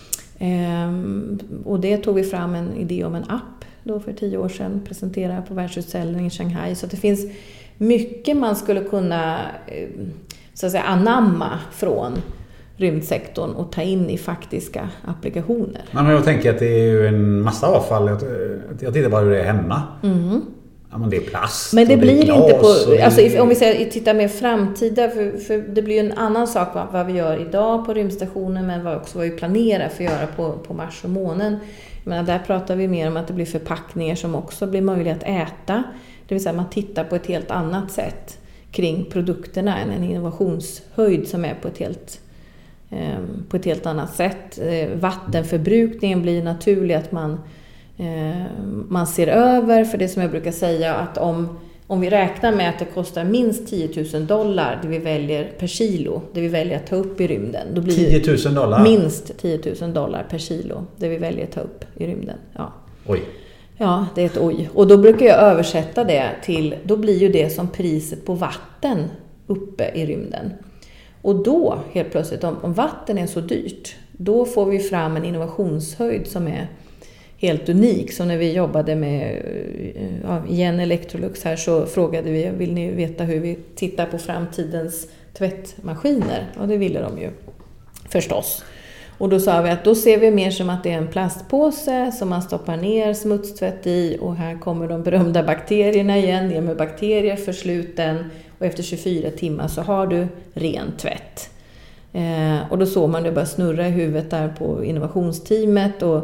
Och det tog vi fram en idé om en app då för 10 år sedan, presenterade på världsutställningen i Shanghai. Så att det finns mycket man skulle kunna så att säga anamma från rymdsektorn och ta in i faktiska applikationer. Men jag tänker att det är ju en massa avfall. Jag tittar bara hur det är hemma. Ja, men det är plast. Men det blir det inte på, alltså om vi tittar mer framtida, för det blir ju en annan sak vad vi gör idag på rymdstationen, men vad vi planerar för att göra på Mars och månen. Men där pratar vi mer om att det blir förpackningar som också blir möjliga att äta. Det vill säga man tittar på ett helt annat sätt kring produkterna än en innovationshöjd som är på ett helt annat sätt. Vattenförbrukningen blir naturlig att man ser över, för det som jag brukar säga att om vi räknar med att det kostar minst $10,000 det vi väljer per kilo, det vi väljer att ta upp i rymden, då blir $10,000? Minst $10,000 per kilo det vi väljer att ta upp i rymden. Ja. Oj. Ja, det är ett oj. Och då brukar jag översätta det till, då blir ju det som priset på vatten uppe i rymden. Och då, helt plötsligt, om vatten är så dyrt, då får vi fram en innovationshöjd som är helt unik. Så när vi jobbade med igen Electrolux här, så frågade vi, vill ni veta hur vi tittar på framtidens tvättmaskiner? Och det ville de ju förstås. Och då sa vi att då ser vi mer som att det är en plastpåse som man stoppar ner smutstvätt i, och här kommer de berömda bakterierna igen, ner med bakterier, försluten, och efter 24 timmar så har du ren tvätt. Och då såg man det bara snurra i huvudet där på innovationsteamet, och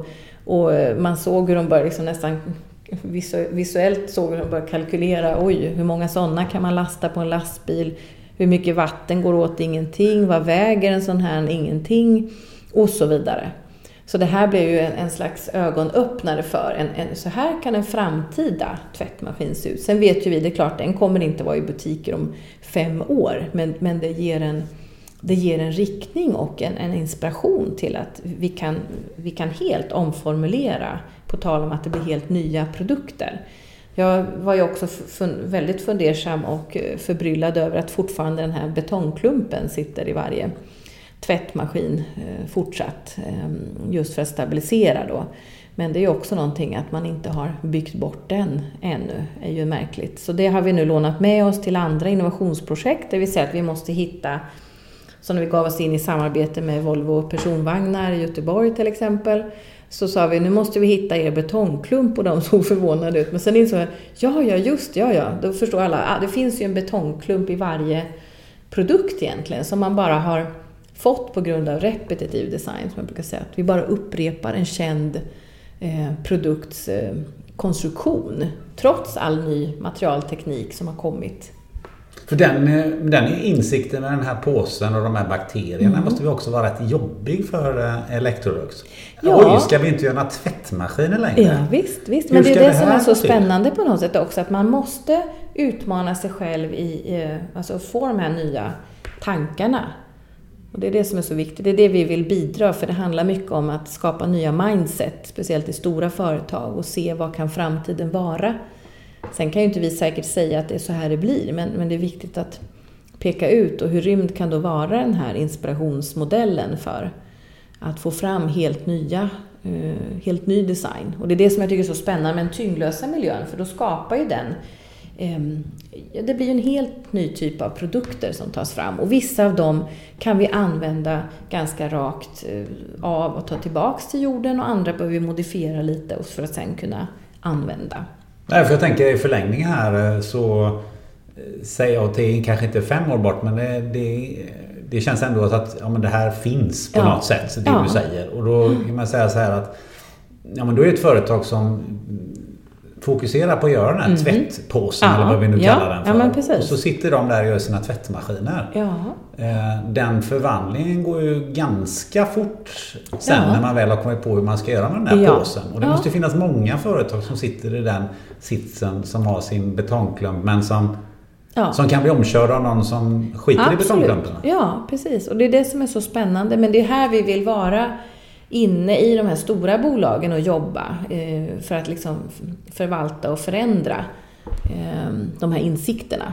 Och man såg hur de började liksom nästan visuellt såg hur de började kalkylera. Oj, hur många sådana kan man lasta på en lastbil? Hur mycket vatten går åt? Ingenting. Vad väger en sån här? Ingenting. Och så vidare. Så det här blev ju en slags ögonöppnare för så här kan en framtida tvättmaskin se ut. Sen vet ju vi, det är klart, den kommer inte vara i butiker om 5 år. Men det ger en riktning och en inspiration till att vi kan helt omformulera, på tal om att det blir helt nya produkter. Jag var ju också väldigt fundersam och förbryllad över att fortfarande den här betongklumpen sitter i varje tvättmaskin fortsatt, just för att stabilisera då. Men det är ju också någonting att man inte har byggt bort den ännu, är ju märkligt. Så det har vi nu lånat med oss till andra innovationsprojekt, det vill säga att vi måste hitta, som när vi gav oss in i samarbete med Volvo personvagnar i Göteborg till exempel, så sa vi, nu måste vi hitta er betongklump, och de såg förvånade ut. Men sen insåg jag, då förstår alla, det finns ju en betongklump i varje produkt egentligen, som man bara har fått på grund av repetitiv design, som man brukar säga. Att vi bara upprepar en känd produkts konstruktion, trots all ny materialteknik som har kommit. För den insikten med den här påsen och de här bakterierna måste vi också vara rätt jobbig för Electrolux. Ja. Oj, ska vi inte göra några tvättmaskiner längre? Ja, visst. Men det är det som är så spännande på något sätt också, att man måste utmana sig själv alltså få de här nya tankarna. Och det är det som är så viktigt. Det är det vi vill bidra, för det handlar mycket om att skapa nya mindset, speciellt i stora företag, och se vad kan framtiden vara. Sen kan ju inte vi säkert säga att det är så här det blir, men det är viktigt att peka ut, och hur rymd kan då vara den här inspirationsmodellen för att få fram helt ny design. Och det är det som jag tycker är så spännande med den tyngdlösa miljön, för då skapar ju den det blir en helt ny typ av produkter som tas fram, och vissa av dem kan vi använda ganska rakt av och ta tillbaks till jorden, och andra behöver vi modifiera lite för att sen kunna använda. Nej, för jag tänker i förlängning här, så säger jag att det kanske inte är 5 år bort, men det känns ändå att men det här finns på något sätt, det du säger. Och då kan man säga så här att men då är det ett företag som fokuserar på att göra den här tvättpåsen, eller vad vi nu kallar den för. Ja, men precis. Och så sitter de där och gör sina tvättmaskiner. Ja. Den förvandlingen går ju ganska fort sen när man väl har kommit på hur man ska göra med den här påsen. Och det måste finnas många företag som sitter i den sitsen, som har sin betongklump, men som kan bli omkörda av någon som skiter i betongklumpen. Ja, precis. Och det är det som är så spännande. Men det är här vi vill vara inne i de här stora bolagen och jobba för att liksom förvalta och förändra de här insikterna.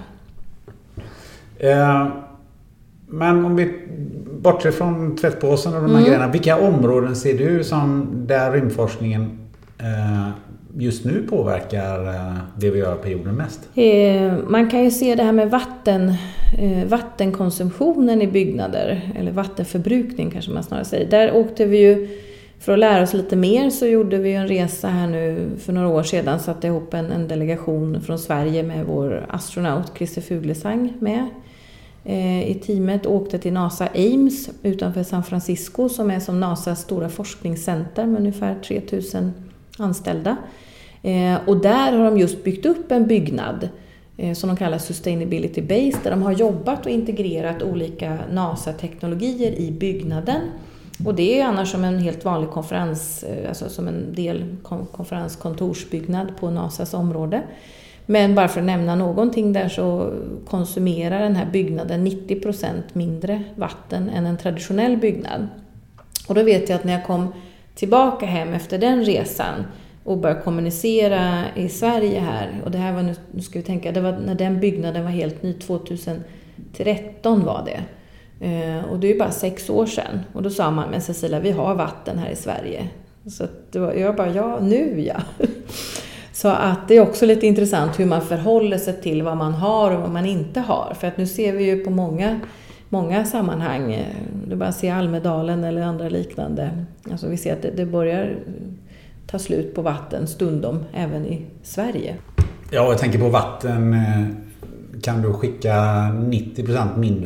Men om vi bortser från tvättpåsen och de här grejerna, vilka områden ser du som där rymdforskningen just nu påverkar det vi gör på jorden mest? Man kan ju se det här med vattenkonsumtionen i byggnader, eller vattenförbrukning kanske man snarare säger. Där åkte vi ju, för att lära oss lite mer, så gjorde vi en resa här nu för några år sedan, satte ihop en delegation från Sverige med vår astronaut Christer Fuglesang med i teamet, åkte till NASA Ames utanför San Francisco, som är som NASAs stora forskningscenter med ungefär 3000 anställda. Och där har de just byggt upp en byggnad som de kallar Sustainability Base, där de har jobbat och integrerat olika NASA-teknologier i byggnaden. Och det är annars som en helt vanlig konferens, alltså som en del konferenskontorsbyggnad på NASAs område. Men bara för att nämna någonting där, så konsumerar den här byggnaden 90% mindre vatten än en traditionell byggnad. Och då vet jag att när jag kom tillbaka hem efter den resan och började kommunicera i Sverige här, och det här var, nu ska vi tänka, det var när den byggnaden var helt ny, 2013 var det. Och det är ju bara 6 år sedan. Och då sa man, men Cecilia, vi har vatten här i Sverige. Så det var, jag bara, nu. Så att det är också lite intressant hur man förhåller sig till vad man har och vad man inte har. För att nu ser vi ju på många sammanhang, du bara ser Almedalen eller andra liknande. Alltså vi ser att det börjar ta slut på vatten stundom även i Sverige. Ja, jag tänker på vatten. Kan du skicka 90% mindre vatten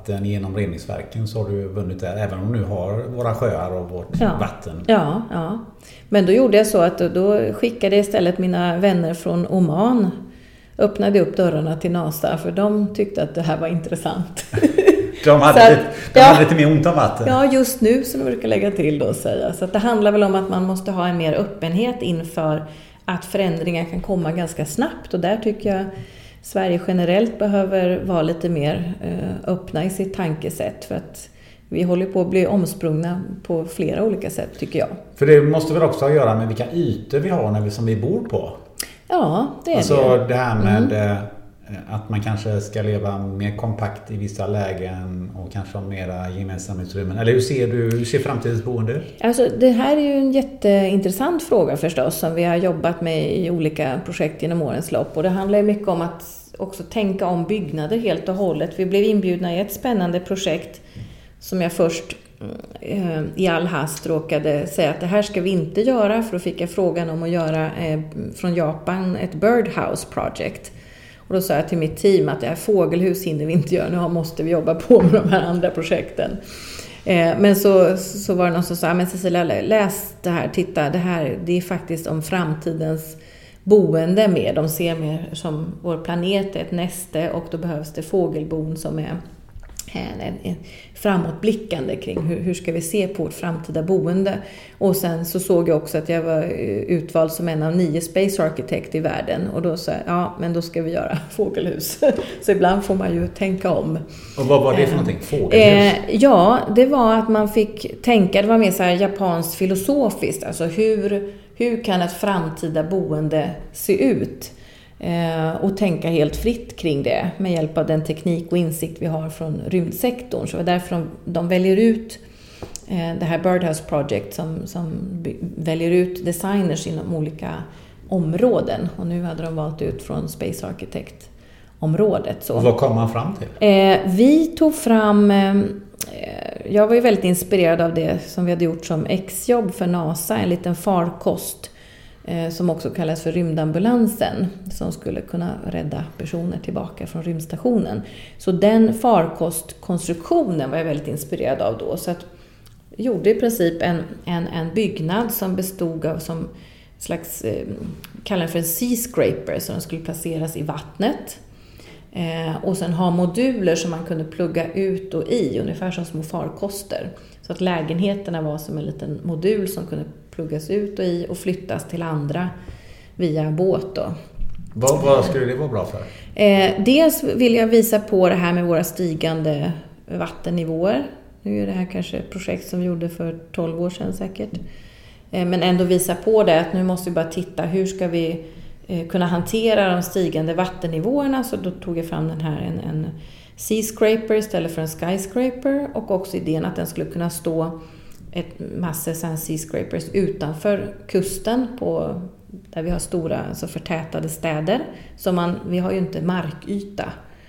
vatten genom reningsverken så har du vunnit där. Även om du har våra sjöar och vårt vatten. Ja. Men då gjorde jag så att då skickade jag istället mina vänner från Oman. Öppnade upp dörrarna till NASA för de tyckte att det här var intressant. De hade lite mer ont om vatten. Ja, just nu som jag brukar lägga till då och säga. Så att det handlar väl om att man måste ha en mer öppenhet inför att förändringar kan komma ganska snabbt. Och där tycker jag Sverige generellt behöver vara lite mer öppna i sitt tankesätt. För att vi håller på att bli omsprungna på flera olika sätt tycker jag. För det måste väl också ha att göra med vilka ytor vi har som vi bor på? Ja, det är alltså det här med att man kanske ska leva mer kompakt i vissa lägen och kanske ha mera gemensamhetsutrymmen. Eller hur ser framtidens boende ut? Alltså det här är ju en jätteintressant fråga förstås som vi har jobbat med i olika projekt genom årens lopp. Och det handlar ju mycket om att också tänka om byggnader helt och hållet. Vi blev inbjudna i ett spännande projekt som jag först i all hast råkade säga att det här ska vi inte göra, för då fick jag frågan om att göra från Japan ett birdhouse project. Och då sa jag till mitt team att det här fågelhus hinner vi inte göra, nu måste vi jobba på med de här andra projekten. Men så var det någon som sa, men Cecilia, läs det här, titta, det är faktiskt om framtidens boende med. De ser mer som vår planet är ett näste och då behövs det fågelbon som är en framåtblickande kring hur ska vi se på vårt framtida boende. Och sen så såg jag också att jag var utvald som en av 9 space architect i världen. Och då sa jag, men då ska vi göra fågelhus. Så ibland får man ju tänka om. Och vad var det för någonting? Fågelhus? Ja, det var att man fick tänka, det var mer så här japanskt filosofiskt. Alltså hur kan ett framtida boende se ut? Och tänka helt fritt kring det med hjälp av den teknik och insikt vi har från rymdsektorn. Så det är därför de väljer ut det här Birdhouse Project som väljer ut designers inom olika områden. Och nu hade de valt ut från Space Architect-området. Så. Och vad kom man fram till? Vi tog fram... jag var ju väldigt inspirerad av det som vi hade gjort som exjobb för NASA. En liten farkost som också kallas för rymdambulansen, som skulle kunna rädda personer tillbaka från rymdstationen. Så den farkostkonstruktionen var jag väldigt inspirerad av då. Så att jag gjorde i princip en byggnad som bestod av som slags, kallar för en sea scraper, så den skulle placeras i vattnet. Och sen ha moduler som man kunde plugga ut och i, ungefär som små farkoster. Så att lägenheterna var som en liten modul som kunde pluggas ut och i och flyttas till andra via båt då. Vad skulle det vara bra för? Dels vill jag visa på det här med våra stigande vattennivåer. Nu är det här kanske ett projekt som vi gjorde för 12 år sedan säkert. Men ändå visa på det att nu måste vi bara titta, hur ska vi kunna hantera de stigande vattennivåerna. Så då tog jag fram den här en sea scraper istället för en skyscraper, och också idén att den skulle kunna stå massor sea scrapers utanför kusten där vi har stora, alltså förtätade städer. Så vi har ju inte markyta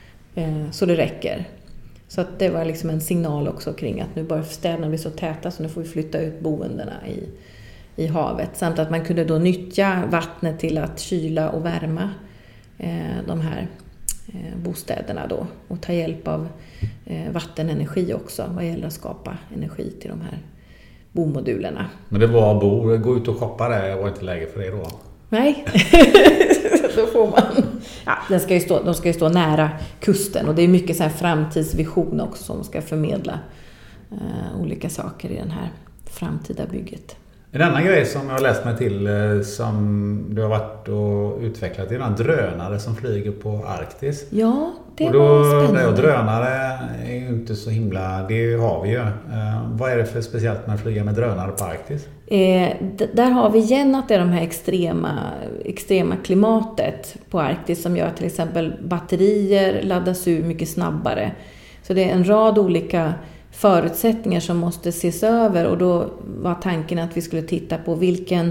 så det räcker. Så att det var liksom en signal också kring att nu börjar städerna bli så täta så nu får vi flytta ut boendena i havet. Samt att man kunde då nyttja vattnet till att kyla och värma de här bostäderna då. Och ta hjälp av vattenenergi också vad gäller att skapa energi till de här bomodulerna. Men det var gå ut och shoppa det var inte läge för det då? Nej, då får man... Ja, de ska ju stå nära kusten, och det är mycket så här framtidsvision också som ska förmedla olika saker i den här framtida bygget. En annan grej som jag har läst mig till som du har varit och utvecklat är en drönare som flyger på Arktis. Ja, det var spännande. Och drönare är ju inte så himla, det har vi ju. Vad är det för speciellt med att flyga med drönare på Arktis? Där har vi igen att det är de här extrema klimatet på Arktis som gör att till exempel batterier laddas ur mycket snabbare. Så det är en rad olika förutsättningar som måste ses över, och då var tanken att vi skulle titta på vilken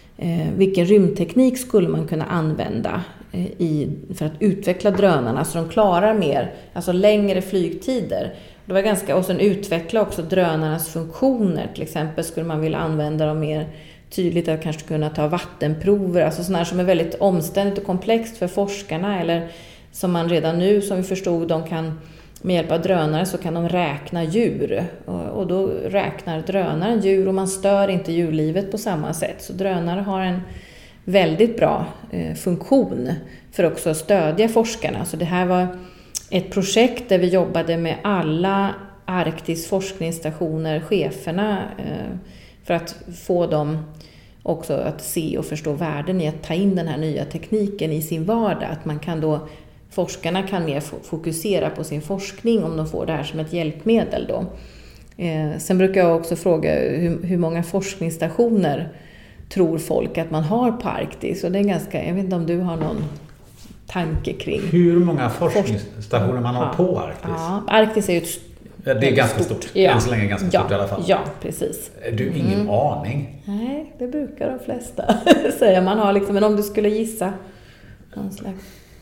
rymdteknik skulle man kunna använda för att utveckla drönarna så de klarar mer, alltså längre flygtider. Det var och sen utveckla också drönarnas funktioner. Till exempel skulle man vilja använda dem mer tydligt, att kanske kunna ta vattenprover, alltså sådana här som är väldigt omständigt och komplext för forskarna, eller som man redan nu, som vi förstod, de kan med hjälp av drönare så kan de räkna djur. Och då räknar drönaren djur och man stör inte djurlivet på samma sätt. Så drönare har en väldigt bra funktion för också att stödja forskarna. Så det här var ett projekt där vi jobbade med alla Arktis forskningsstationer, cheferna, för att få dem också att se och förstå värden i att ta in den här nya tekniken i sin vardag. Att man kan då, forskarna kan mer fokusera på sin forskning om de får det här som ett hjälpmedel då. Sen brukar jag också fråga hur många forskningsstationer tror folk att man har på Arktis. Och det är ganska, jag vet inte om du har någon tanke kring. Hur många forskningsstationer man har på Arktis? Ja, Arktis är ju det är ganska stort. Än så länge ganska stort i alla fall. Ja, precis. Du har ingen aning? Nej, det brukar de flesta säga. Man har liksom, men om du skulle gissa någon slags...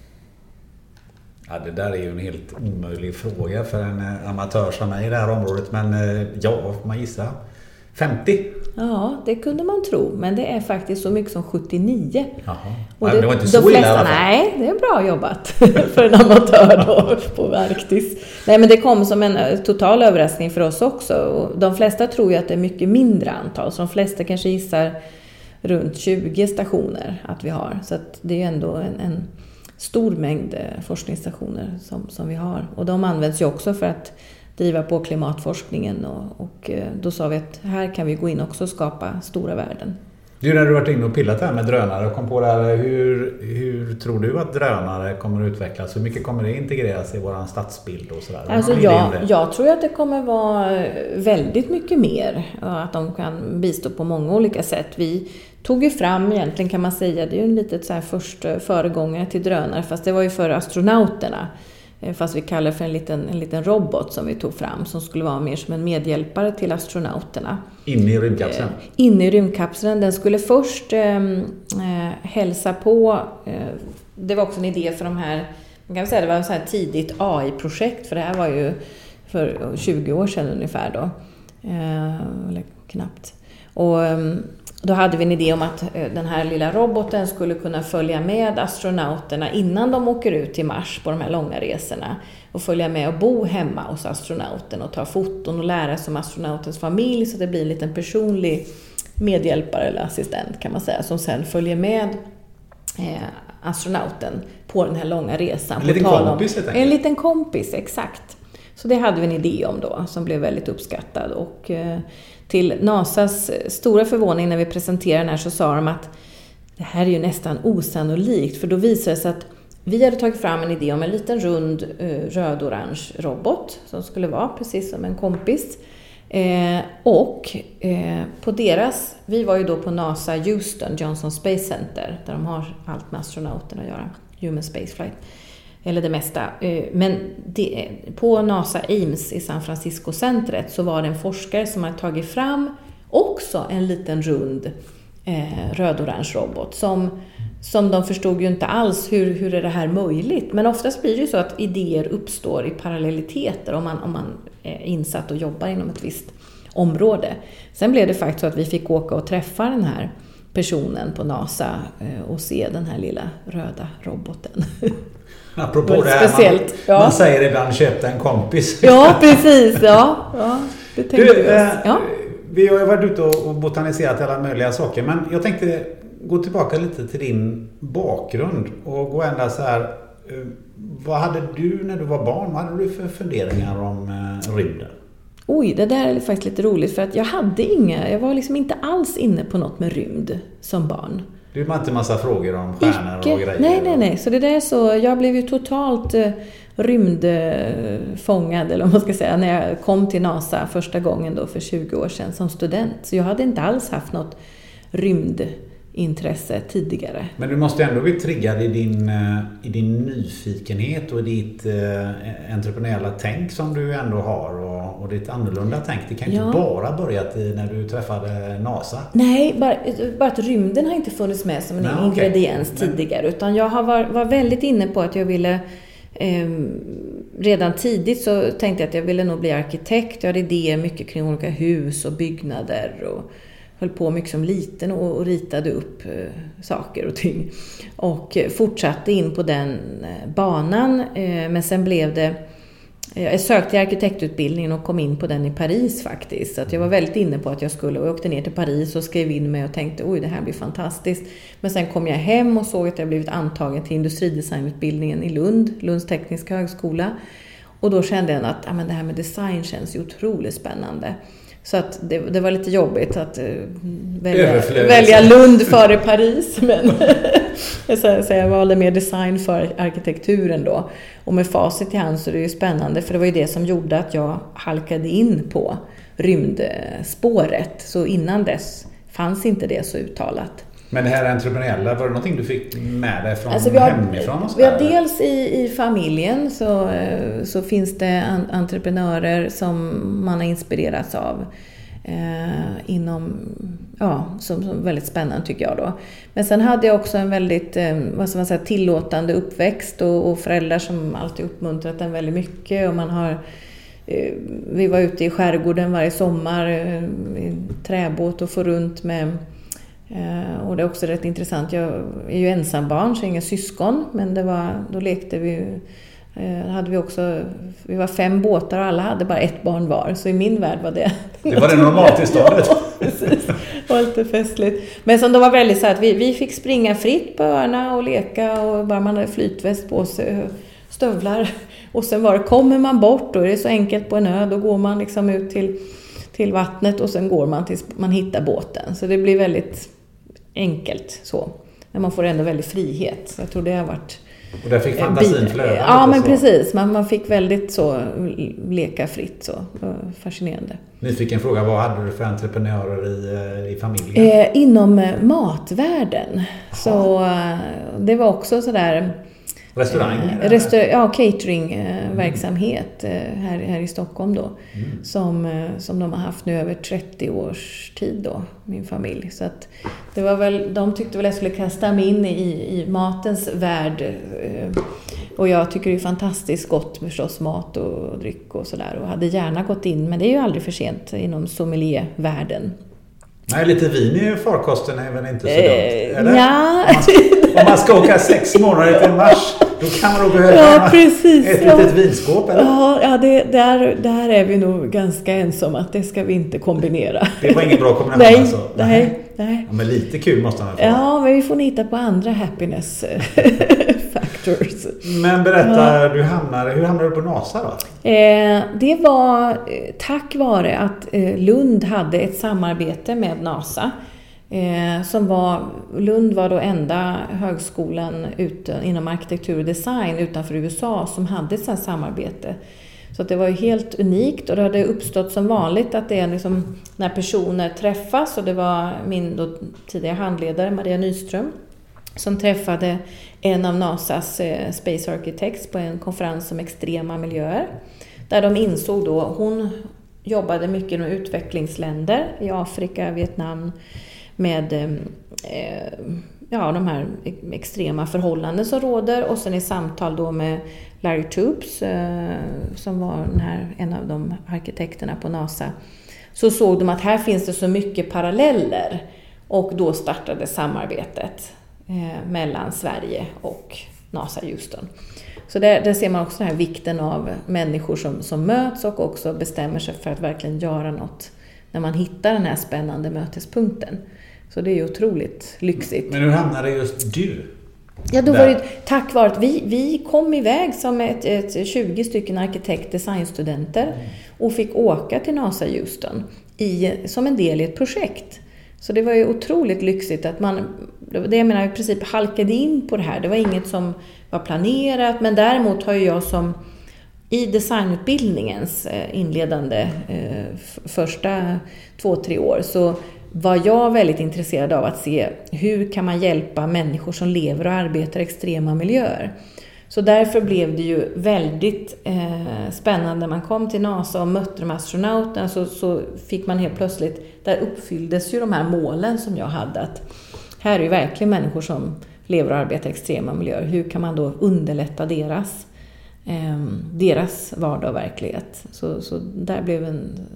Ja, det där är ju en helt omöjlig fråga för en amatör som mig i det här området. Men ja, får man gissa? 50? Ja, det kunde man tro. Men det är faktiskt så mycket som 79. Jaha. Och det var inte så illa i alla fall. Nej, det är bra jobbat för en amatör då på Arktis. Nej, men det kom som en total överraskning för oss också. Och de flesta tror ju att det är mycket mindre antal. Så de flesta kanske gissar runt 20 stationer att vi har. Så att det är ändå en stor mängd forskningsstationer som vi har. Och de används ju också för att driva på klimatforskningen och då sa vi att här kan vi gå in också och skapa stora värden. Du, när du varit inne och pillat här med drönare och kom på det här, hur tror du att drönare kommer att utvecklas? Hur mycket kommer det integreras i våran stadsbild och sådär? Alltså jag tror att det kommer vara väldigt mycket mer, att de kan bistå på många olika sätt. Vi tog ju fram egentligen, kan man säga, det är ju en litet så här första föregångare till drönare, fast det var ju för astronauterna. Fast vi kallar det för en liten robot som vi tog fram som skulle vara mer som en medhjälpare till astronauterna. Inne i rymdkapseln? Inne i rymdkapseln. Den skulle först hälsa på, det var också en idé för de här, man kan säga det var en så här tidigt AI-projekt, för det här var ju för 20 år sedan ungefär då. Eller knappt. Och då hade vi en idé om att den här lilla roboten skulle kunna följa med astronauterna innan de åker ut till Mars på de här långa resorna. Och följa med och bo hemma hos astronauten och ta foton och lära sig om astronautens familj. Så det blir en liten personlig medhjälpare eller assistent kan man säga. Som sen följer med astronauten på den här långa resan. En liten kompis helt enkelt. En liten kompis, exakt. Så det hade vi en idé om då som blev väldigt uppskattad. Och till NASAs stora förvåning när vi presenterade den här så sa de att det här är ju nästan osannolikt. För då visade det sig att vi hade tagit fram en idé om en liten rund röd-orange robot som skulle vara precis som en kompis. På deras, vi var ju då på NASA Houston, Johnson Space Center, där de har allt med astronauterna att göra, human spaceflight. Eller det mesta. Men på NASA Ames i San Francisco-centret så var det en forskare som hade tagit fram också en liten rund röd-orange robot som de förstod ju inte alls hur är det här möjligt. Men oftast blir det ju så att idéer uppstår i parallelliteter om man är insatt och jobbar inom ett visst område. Sen blev det faktiskt så att vi fick åka och träffa den här personen på NASA och se den här lilla röda roboten. Apropå det här, speciellt, man säger ibland köpte en kompis. Ja, precis. Ja, det tänkte vi. Vi har ju varit ute och botaniserat alla möjliga saker, men jag tänkte gå tillbaka lite till din bakgrund och gå ända så här. Vad hade du när du var barn? Vad hade du för funderingar om rymden? Oj, det där är faktiskt lite roligt för att jag var liksom inte alls inne på något med rymd som barn. Du har inte en massa frågor om stjärnor och grejer? Nej. Så det där är så, jag blev ju totalt rymdfångad, eller vad man ska säga, när jag kom till NASA första gången då för 20 år sedan som student. Så jag hade inte alls haft något rymdintresse tidigare. Men du måste ändå bli triggad i din nyfikenhet och i ditt entreprenöriella tänk som du ändå har och ditt annorlunda tänk. Det kan ju inte bara börjat när du träffade NASA. Nej, bara att rymden har inte funnits med som en ingrediens tidigare. Utan jag var väldigt inne på att jag ville redan tidigt så tänkte jag att jag ville nog bli arkitekt. Jag hade idéer mycket kring olika hus och byggnader och höll på mycket som liten och ritade upp saker och ting. Och fortsatte in på den banan. Men sen blev det Jag sökte arkitektutbildningen och kom in på den i Paris faktiskt. Så att jag var väldigt inne på att jag åkte ner till Paris och skrev in mig och tänkte oj, det här blir fantastiskt. Men sen kom jag hem och såg att jag blivit antagen till industridesignutbildningen i Lunds tekniska högskola. Och då kände jag att men det här med design känns ju otroligt spännande. Så att det var lite jobbigt att välja Lund före Paris. Men så jag valde mer design för arkitekturen då. Och med facit i hand så är det ju spännande. För det var ju det som gjorde att jag halkade in på rymdspåret. Så innan dess fanns inte det så uttalat. Men det här entreprenöriella, var det någonting du fick med dig från hemifrån? Vi har dels i familjen så finns det entreprenörer som man har inspirerats av som väldigt spännande tycker jag då. Men sen hade jag också en väldigt tillåtande uppväxt och föräldrar som alltid uppmuntrat en väldigt mycket och vi var ute i skärgården varje sommar i träbåt och får runt med. Och det är också rätt intressant. Jag är ju ensambarn så inga syskon. Men då lekte vi. Vi var 5 båtar och alla hade bara 1 barn var. Så i min värld var det. Det var det normaltillståndet. Ja, precis. Det var lite festligt. Men som de var väldigt så att vi fick springa fritt på öarna och leka. Och bara man hade flytväst på sig, stövlar. Och sen kommer man bort och det är så enkelt på en ö. Då går man liksom ut till vattnet och sen går man tills man hittar båten. Så det blir väldigt enkelt så. Men man får ändå väldigt frihet. Så jag tror det har varit... Och där fick fantasin flöda. Ja, men precis. Man fick väldigt så leka fritt så. Fascinerande. Nyfiken fråga, vad hade du för entreprenörer i familjen? Inom matvärlden. Så det var också sådär... Restaurang? Cateringverksamhet här i Stockholm då. Som de har haft nu över 30 års tid då, min familj. Så att det var väl, de tyckte väl jag skulle kasta mig in i matens värld. Och jag tycker det är fantastiskt gott förstås, mat och dryck och sådär. Och hade gärna gått in, men det är ju aldrig för sent inom sommeliervärlden. Nej, lite vin i farkosten är väl inte så dumt, eller? Ja. Om man ska åka 6 månader till mars, då kan man nog behöva ett litet vinskåp, eller? Ja, där är vi nog ganska ensamma att det ska vi inte kombinera. Det var ingen bra kombination alltså? Nej. Ja, men lite kul måste man få. Ja, men vi får hitta på andra happiness factors. Men berätta, hur hamnade du på NASA då? Det var tack vare att Lund hade ett samarbete med NASA. Lund var då enda högskolan inom arkitektur och design utanför USA som hade ett sådant samarbete. Så att det var ju helt unikt och det hade uppstått som vanligt att det är liksom när personer träffas, och det var min då tidigare handledare Maria Nyström som träffade en av NASAs Space Architects på en konferens om extrema miljöer. Där de insåg då, hon jobbade mycket med utvecklingsländer i Afrika, Vietnam, med de här extrema förhållanden som råder, och sen i samtal då med Larry Toops som var en av de arkitekterna på NASA, så såg de att här finns det så mycket paralleller, och då startade samarbetet mellan Sverige och NASA Houston. Så där ser man också den här vikten av människor som möts och också bestämmer sig för att verkligen göra något när man hittar den här spännande mötespunkten. Så det är ju otroligt lyxigt. Men hur hamnade just du? Ja, då var det tack vare att vi kom iväg som ett 20 stycken arkitekt-designstudenter och fick åka till NASA Houston som en del i ett projekt. Så det var ju otroligt lyxigt att det jag menar i princip halkade in på det här. Det var inget som var planerat, men däremot har ju jag som i designutbildningens inledande första 2-3 år så var jag väldigt intresserad av att se hur kan man hjälpa människor som lever och arbetar i extrema miljöer. Så därför blev det ju väldigt spännande när man kom till NASA och mötte de astronauterna, så fick man helt plötsligt, där uppfylldes ju de här målen som jag hade, att här är ju verkligen människor som lever och arbetar i extrema miljöer. Hur kan man då underlätta deras vardag och verklighet? Så där blev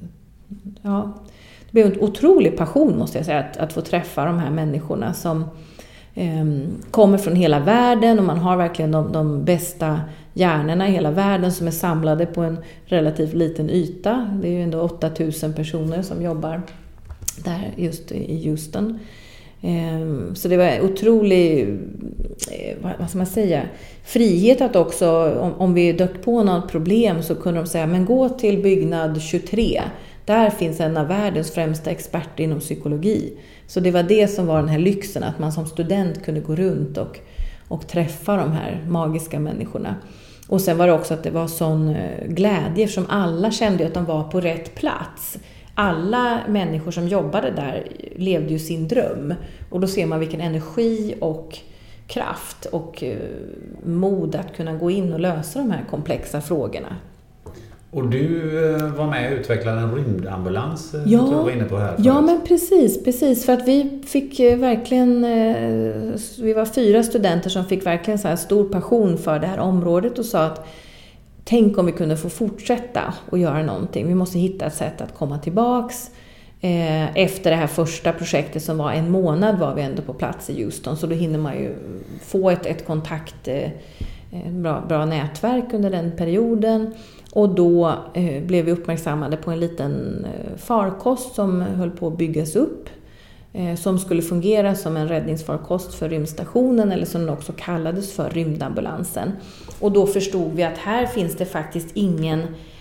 det blev en otrolig passion, måste jag säga, att få träffa de här människorna som kommer från hela världen, och man har verkligen de bästa hjärnorna i hela världen som är samlade på en relativt liten yta. Det är ju ändå 8000 personer som jobbar där just i Houston. Så det var otrolig, vad ska man säga, frihet att också, om vi dök på något problem så kunde de säga, men gå till byggnad 23. Där finns en av världens främsta experter inom psykologi. Så det var det som var den här lyxen, att man som student kunde gå runt och träffa de här magiska människorna. Och sen var det också att det var sån glädje, eftersom alla kände att de var på rätt plats. Alla människor som jobbade där levde ju sin dröm. Och då ser man vilken energi och kraft och mod att kunna gå in och lösa de här komplexa frågorna. Och du var med och utvecklade en rymdambulans, ja, jag tror du var inne på här förut. Ja, men precis. För att vi fick verkligen, vi var 4 studenter som fick verkligen så här stor passion för det här området och sa att tänk om vi kunde få fortsätta och göra någonting. Vi måste hitta ett sätt att komma tillbaks. Efter det här första projektet som var 1 månad var vi ändå på plats i Houston. Så då hinner man ju få ett bra nätverk under den perioden. Och då blev vi uppmärksammade på en liten farkost som höll på att byggas upp. Som skulle fungera som en räddningsfarkost för rymdstationen, eller som den också kallades för rymdambulansen. Och då förstod vi att här finns det faktiskt ingen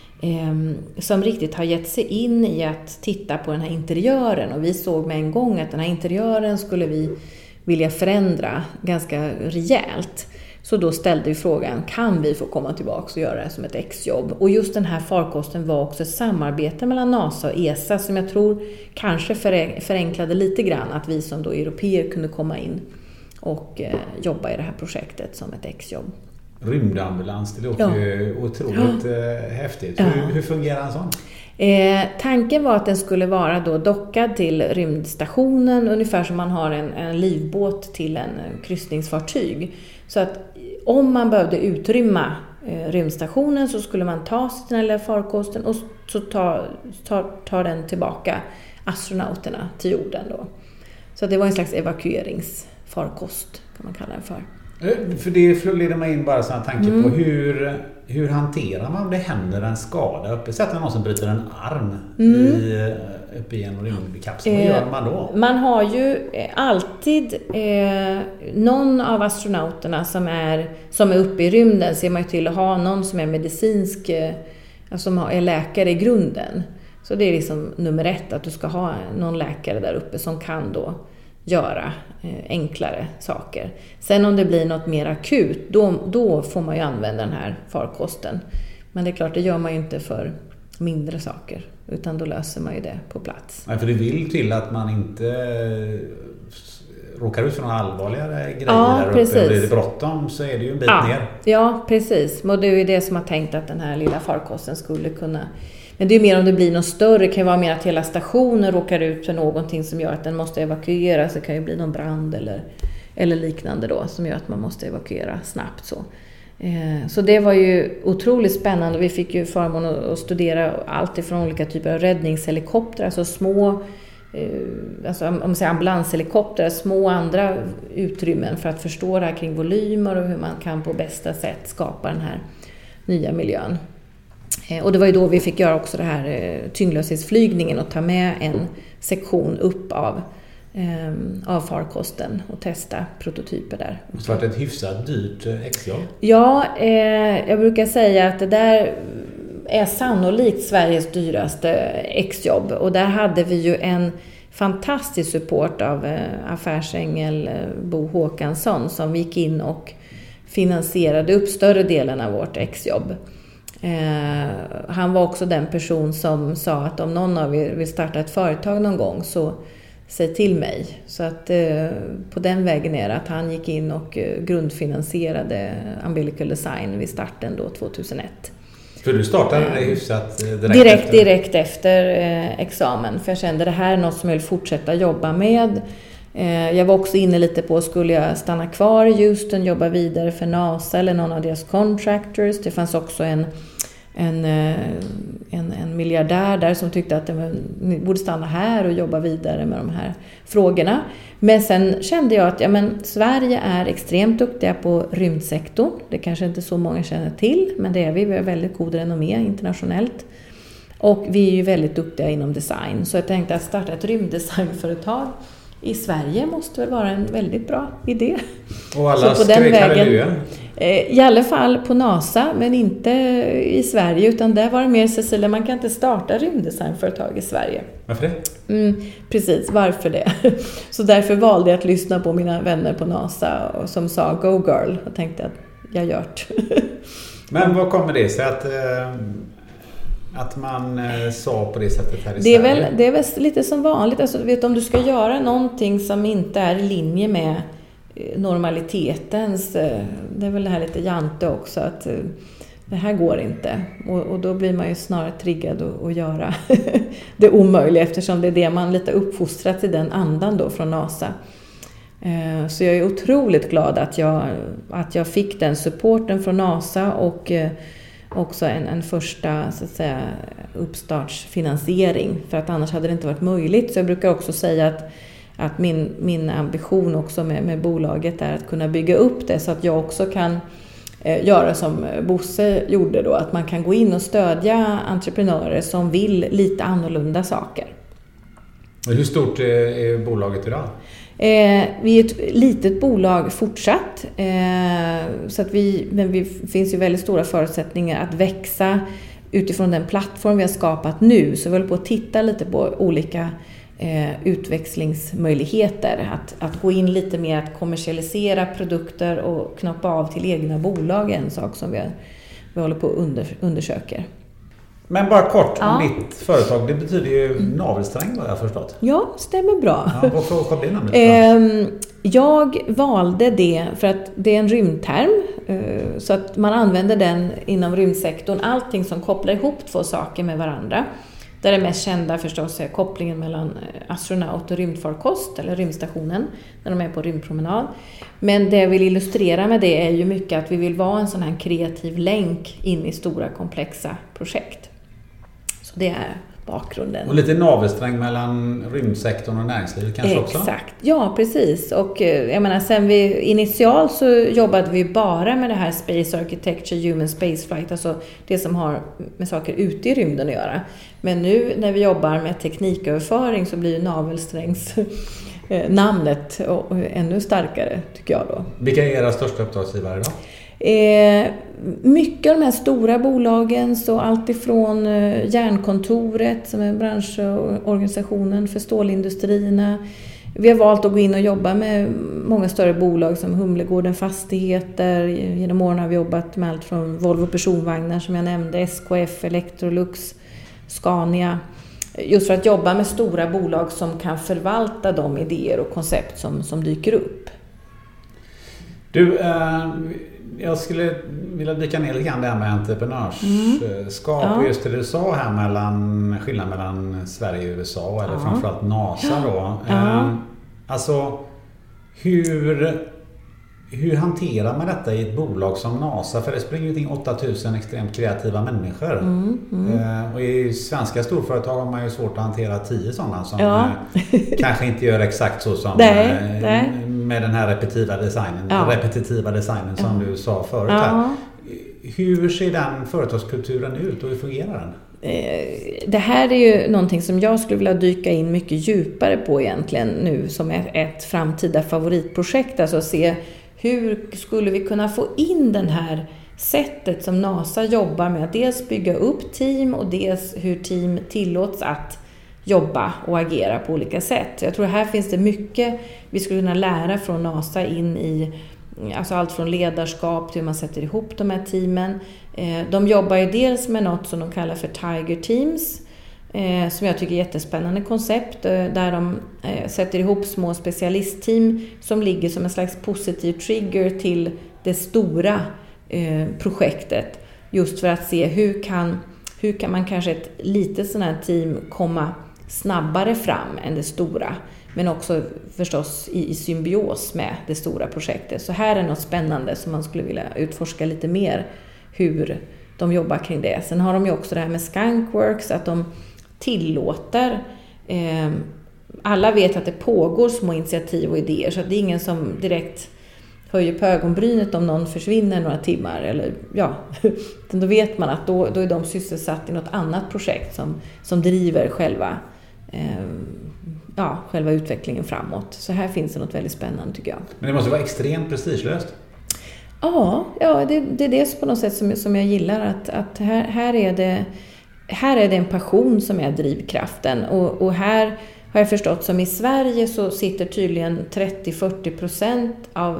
som riktigt har gett sig in i att titta på den här interiören. Och vi såg med en gång att den här interiören skulle vi vilja förändra ganska rejält. Så då ställde vi frågan, kan vi få komma tillbaka och göra det som ett exjobb? Och just den här farkosten var också ett samarbete mellan NASA och ESA som jag tror kanske förenklade lite grann att vi som då europeer kunde komma in och jobba i det här projektet som ett exjobb. Rymdambulans, det låter ju otroligt häftigt. Ja. Hur fungerar en sån? Tanken var att den skulle vara då dockad till rymdstationen, ungefär som man har en livbåt till en kryssningsfartyg. Så att om man behövde utrymma rymdstationen så skulle man ta sig till den lilla farkosten och så tar den tillbaka astronauterna till jorden då. Så det var en slags evakueringsfarkost kan man kalla den för. För det leder mig in bara sådana tankar på hur hanterar man om det händer en skada uppe? Sätt att någon som bryter en arm uppe i en rymdkapsel. Vad gör man då? Man har ju alltid någon av astronauterna som är uppe i rymden, ser man ju till att ha någon som är medicinsk, som är läkare i grunden. Så det är liksom nummer 1, att du ska ha någon läkare där uppe som kan då göra enklare saker. Sen om det blir något mer akut, då får man ju använda den här farkosten. Men det är klart, det gör man ju inte för mindre saker, utan då löser man ju det på plats. Nej, för det vill till att man inte råkar ut för några allvarligare grejer där precis. uppe. Och blir det bråttom så är det ju en bit ner. Ja, precis. Och det är ju det som har tänkt att den här lilla farkosten skulle kunna. Men det är mer om det blir något större. Det kan ju vara mer att hela stationen råkar ut för någonting som gör att den måste evakueras. Det kan ju bli någon brand eller liknande då, som gör att man måste evakuera snabbt så. Så det var ju otroligt spännande. Vi fick ju förmånen att studera allt ifrån olika typer av räddningshelikoptrar, alltså små, alltså om man säger ambulanshelikoptrar, små andra utrymmen för att förstå det här kring volymer och hur man kan på bästa sätt skapa den här nya miljön. Och det var ju då vi fick göra också det här tyngdlöshetsflygningen och ta med en sektion upp av farkosten och testa prototyper där. Det har varit ett hyfsat dyrt exjobb. Ja, jag brukar säga att det där är sannolikt Sveriges dyraste exjobb. Och där hade vi ju en fantastisk support av affärsängel Bo Håkansson som gick in och finansierade upp större delen av vårt exjobb. Han var också den person som sa att om någon av er vill starta ett företag någon gång så säg till mig. Så att på den vägen är det att han gick in och grundfinansierade Umbilical Design vid starten då 2001. För du startade det hyfsat direkt efter examen. För jag kände det här är något som jag vill fortsätta jobba med. Jag var också inne lite på, skulle jag stanna kvar i Houston, jobba vidare för NASA eller någon av deras contractors. Det fanns också en miljardär där som tyckte att ni borde stanna här och jobba vidare med de här frågorna. Men sen kände jag att Sverige är extremt duktiga på rymdsektorn. Det kanske inte så många känner till, men det är vi. Vi har väldigt god renommé internationellt. Och vi är ju väldigt duktiga inom design. Så jag tänkte att starta ett rymddesignföretag i Sverige måste väl vara en väldigt bra idé. Och alla skrek halleluja? I alla fall på NASA, men inte i Sverige, utan där var det mer Cecilia, man kan inte starta rymddesignföretag i Sverige. Varför det? Precis, varför det? Så därför valde jag att lyssna på mina vänner på NASA som sa go girl, och tänkte att jag gjort. Men vad kommer det sig att man sa på det sättet här i Sverige? Det är väl lite som vanligt. Alltså, om du ska göra någonting som inte är i linje med normalitetens, det är väl det här lite jante också, att det här går inte. Och då blir man ju snarare triggad att göra det omöjliga, eftersom det är det man lite uppfostrat i den andan då från NASA. Så jag är otroligt glad att jag fick den supporten från NASA och också en första så att säga, uppstartsfinansiering, för att annars hade det inte varit möjligt. Så jag brukar också säga att min ambition också med bolaget är att kunna bygga upp det så att jag också kan göra som Bosse gjorde då, att man kan gå in och stödja entreprenörer som vill lite annorlunda saker. Och hur stort är bolaget idag? Vi är ett litet bolag fortsatt, så att vi finns ju väldigt stora förutsättningar att växa utifrån den plattform vi har skapat nu. Så vi håller på att titta lite på olika utväxlingsmöjligheter, att gå in lite mer, att kommersialisera produkter och knoppa av till egna bolag, en sak som vi håller på att undersöker. Men bara kort om ditt företag, det betyder ju navelsträng, vad jag har förstått. Ja, stämmer bra. Ja, varför kom det namnet? Jag valde det för att det är en rymdterm, så att man använder den inom rymdsektorn. Allting som kopplar ihop två saker med varandra. Där det mest kända förstås är kopplingen mellan astronaut och rymdfarkost, eller rymdstationen, när de är på rymdpromenad. Men det jag vill illustrera med det är ju mycket att vi vill vara en sån här kreativ länk in i stora komplexa projekt. Så det är bakgrunden. Och lite navelsträng mellan rymdsektorn och näringslivet kanske också? Exakt, ja precis. Och jag menar, sen initialt så jobbade vi bara med det här Space Architecture, Human Spaceflight, alltså det som har med saker ute i rymden att göra. Men nu när vi jobbar med tekniköverföring så blir ju navelsträngs namnet ännu starkare, tycker jag då. Vilka är era största uppdragsgivare då? Mycket av de här stora bolagen, så allt ifrån Järnkontoret som är branschorganisationen för stålindustrierna. Vi har valt att gå in och jobba med många större bolag som Humlegården Fastigheter. Genom åren har vi jobbat med allt från Volvo Personvagnar som jag nämnde, SKF, Electrolux, Scania. Just för att jobba med stora bolag som kan förvalta de idéer och koncept som dyker upp. Du, jag skulle vilja dyka ner lite grann det här med entreprenörskap och just det du sa här skillnaden mellan Sverige och USA, eller framförallt NASA då. Alltså hur hanterar man detta i ett bolag som NASA? För det springer ut in 8000 extremt kreativa människor. Och i svenska storföretag har man ju svårt att hantera 10 sådana som kanske inte gör exakt så som med den här repetitiva designen som du sa förut här. Hur ser den företagskulturen ut och hur fungerar den? Det här är ju någonting som jag skulle vilja dyka in mycket djupare på egentligen nu som ett framtida favoritprojekt. Alltså se hur skulle vi kunna få in den här sättet som NASA jobbar med att dels bygga upp team och dels hur team tillåts att jobba och agera på olika sätt. Jag tror här finns det mycket vi skulle kunna lära från NASA in i, alltså allt från ledarskap till hur man sätter ihop de här teamen. De jobbar ju dels med något som de kallar för Tiger Teams, som jag tycker är jättespännande koncept, där de sätter ihop små specialistteam som ligger som en slags positiv trigger till det stora projektet, just för att se hur kan man kanske ett litet sån här team komma snabbare fram än det stora, men också förstås i symbios med det stora projektet. Så här är något spännande som man skulle vilja utforska lite mer, de jobbar kring det. Sen har de ju också det här med Skunkworks, att de tillåter, alla vet att det pågår små initiativ och idéer, så att det är ingen som direkt höjer på ögonbrynet om någon försvinner några timmar, eller då vet man att då är de sysselsatt i något annat projekt som driver själva utvecklingen framåt. Så här finns det något väldigt spännande, tycker jag. Men det måste vara extremt prestigelöst. Ja, det är det på något sätt som jag gillar, att här är det en passion som är drivkraften, och här har jag förstått, som i Sverige så sitter tydligen 30-40% av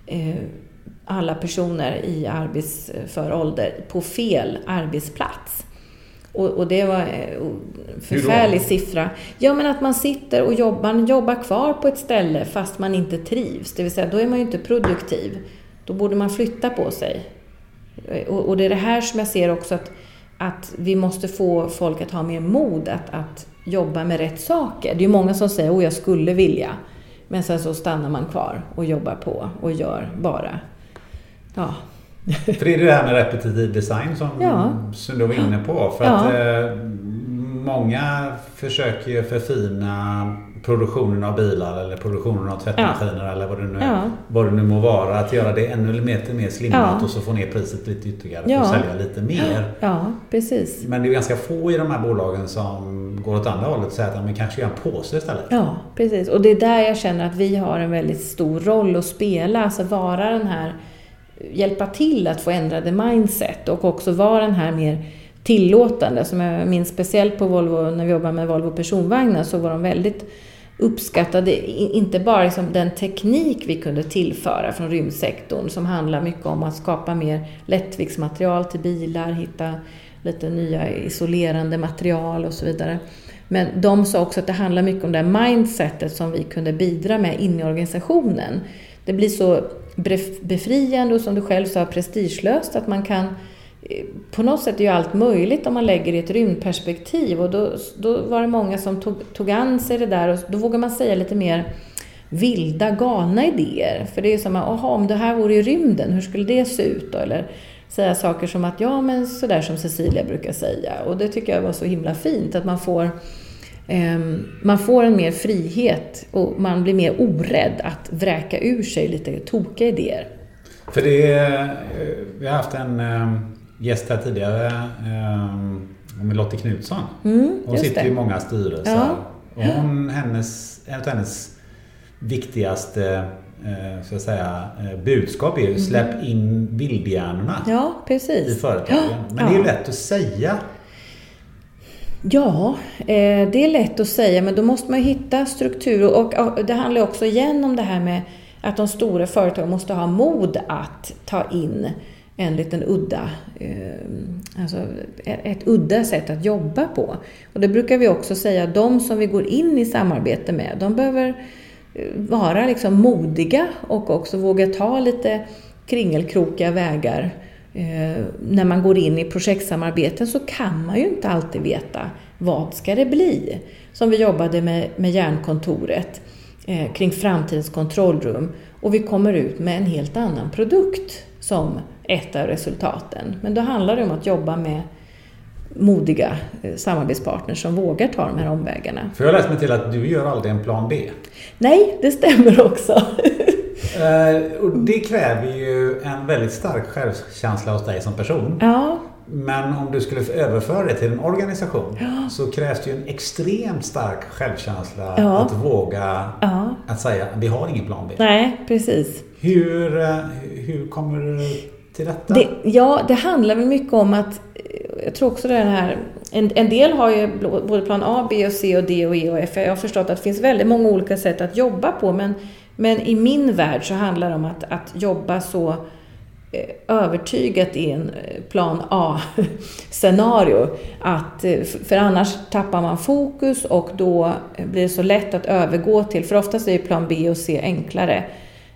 alla personer i arbetsför ålder på fel arbetsplats. Och det var en förfärlig siffra. Ja, men att man sitter och jobbar kvar på ett ställe fast man inte trivs. Det vill säga, då är man ju inte produktiv. Då borde man flytta på sig. Och det är det här som jag ser också, att vi måste få folk att ha mer mod att jobba med rätt saker. Det är ju många som säger, jag skulle vilja. Men sen så stannar man kvar och jobbar på och gör bara. Ja. För det är det här med repetitiv design som du var inne på. För att många försöker ju förfina produktionen av bilar eller produktionen av tvättmaskiner eller vad det nu må vara. Att göra det ännu mer slimmat och så få ner priset lite ytterligare för att sälja lite mer. Ja, precis. Men det är ganska få i de här bolagen som går åt andra hållet och säger att man kanske gör en påse istället. Ja, precis. Och det är där jag känner att vi har en väldigt stor roll att spela. Alltså vara den här, hjälpa till att få ändrade mindset och också vara den här mer tillåtande. Som jag minns speciellt på Volvo, när vi jobbar med Volvo personvagnar, så var de väldigt uppskattade, inte bara liksom den teknik vi kunde tillföra från rymdsektorn, som handlar mycket om att skapa mer lättviktsmaterial till bilar, hitta lite nya isolerande material och så vidare. Men de sa också att det handlar mycket om det här mindsetet som vi kunde bidra med in i organisationen. Det blir så befriande och, som du själv sa, prestigelöst, att man kan, på något sätt är ju allt möjligt om man lägger i ett rymdperspektiv, och då var det många som tog an sig det där, och då vågar man säga lite mer vilda, galna idéer. För det är ju som att, om det här vore i rymden, hur skulle det se ut då? Eller säga saker som att, men sådär som Cecilia brukar säga. Och det tycker jag var så himla fint, att man får en mer frihet och man blir mer orädd att vräka ur sig lite tokiga idéer. För vi har haft en gäst här tidigare, med Lotte Knutsson. Hon sitter i många styrelser. Ja. Och en av hennes viktigaste så att säga, budskap är ju släpp in vildhjärnorna i företagen. Men det är lätt att säga. Ja, det är lätt att säga, men då måste man hitta struktur, och det handlar också igen om det här med att de stora företagen måste ha mod att ta in en liten udda, alltså ett udda sätt att jobba på. Och det brukar vi också säga, de som vi går in i samarbete med, de behöver vara liksom modiga och också våga ta lite kringelkrokiga vägar. När man går in i projektsamarbeten så kan man ju inte alltid veta vad ska det bli. Som vi jobbade med Järnkontoret kring framtidens kontrollrum, och vi kommer ut med en helt annan produkt som ett av resultaten. Men då handlar det om att jobba med modiga samarbetspartners som vågar ta de här omvägarna. För jag har läst mig till att du gör aldrig en plan B. Nej, det stämmer också. Och det kräver ju en väldigt stark självkänsla hos dig som person. Ja. Men om du skulle överföra det till en organisation så krävs det ju en extremt stark självkänsla att våga att säga vi har ingen plan B. Nej, precis. Hur kommer du till detta? Det handlar väl mycket om att, jag tror också det här, en del har ju både plan A, B och C och D och E och F. Jag har förstått att det finns väldigt många olika sätt att jobba på, men i min värld så handlar det om att jobba så övertygat i en plan A-scenario. För annars tappar man fokus, och då blir det så lätt att övergå till, för oftast är plan B och C enklare,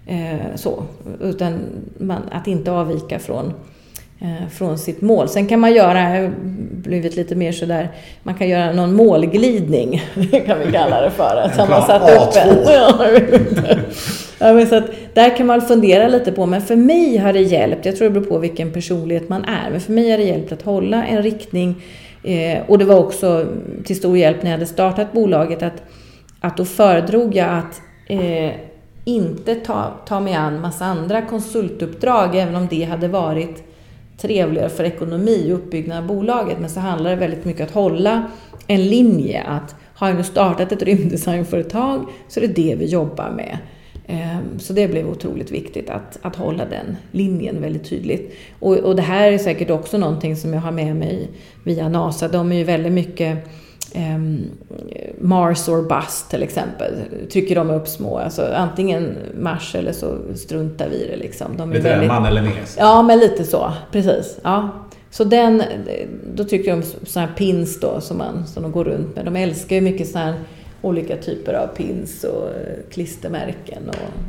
utan att inte avvika från sitt mål. Sen kan man blivit lite mer sådär, man kan göra någon målglidning kan vi kalla det för. En plan A2. Ja, men så att där kan man fundera lite på, men för mig har det hjälpt, jag tror det beror på vilken personlighet man är, men för mig har det hjälpt att hålla en riktning, och det var också till stor hjälp när jag hade startat bolaget att då föredrog jag att inte ta mig an massa andra konsultuppdrag, även om det hade varit trevligare för ekonomi och uppbyggnad av bolaget, men så handlar det väldigt mycket att hålla en linje, att har jag nu startat ett rymddesignföretag så är det det vi jobbar med. Så det blev otroligt viktigt att hålla den linjen väldigt tydligt. Och det här är säkert också någonting som jag har med mig via NASA. De är ju väldigt mycket Mars or bust till exempel. Trycker de upp små, alltså antingen Mars eller så struntar vi det liksom. De är lite väldigt, man eller mes. Ja, men lite så, precis. Ja. Så då tycker de såna här pins då som de går runt med. De älskar ju mycket såna här olika typer av pins och klistermärken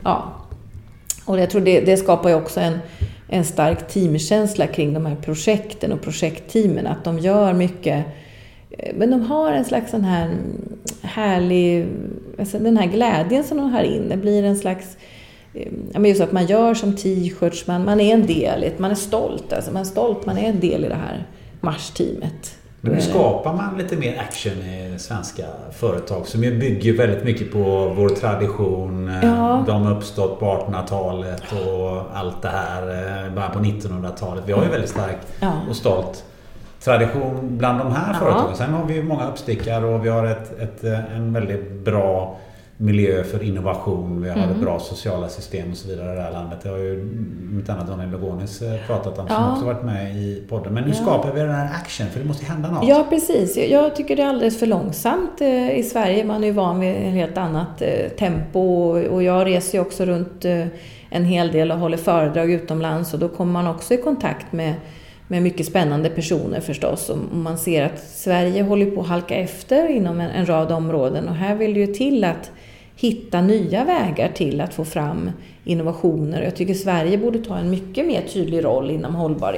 och jag tror det skapar ju också en stark teamkänsla kring de här projekten och projektteamen, att de gör mycket, men de har en slags sån här härlig, alltså den här glädjen som de har in, det blir en slags, just att man gör som t-shirts, man är en del, man är stolt, man är en del i det här Mars-teamet. Men nu skapar man lite mer action i svenska företag som ju bygger väldigt mycket på vår tradition. Ja. De har uppstått på 1800-talet och allt det här bara på 1900-talet. Vi har ju väldigt stark och stolt tradition bland de här företagen. Sen har vi ju många uppstickare och vi har en väldigt bra miljö för innovation. Vi har ett bra sociala system och så vidare i det här landet. Det har ju mitt annat Daniel Logonis pratat om som också varit med i podden. Men nu skapar vi den här action, för det måste hända något. Ja, precis. Jag tycker det är alldeles för långsamt i Sverige. Man är ju van vid ett helt annat tempo, och jag reser ju också runt en hel del och håller föredrag utomlands, och då kommer man också i kontakt med mycket spännande personer förstås. Och man ser att Sverige håller på att halka efter inom en rad områden, och här vill det ju till att hitta nya vägar till att få fram innovationer. Jag tycker Sverige borde ta en mycket mer tydlig roll inom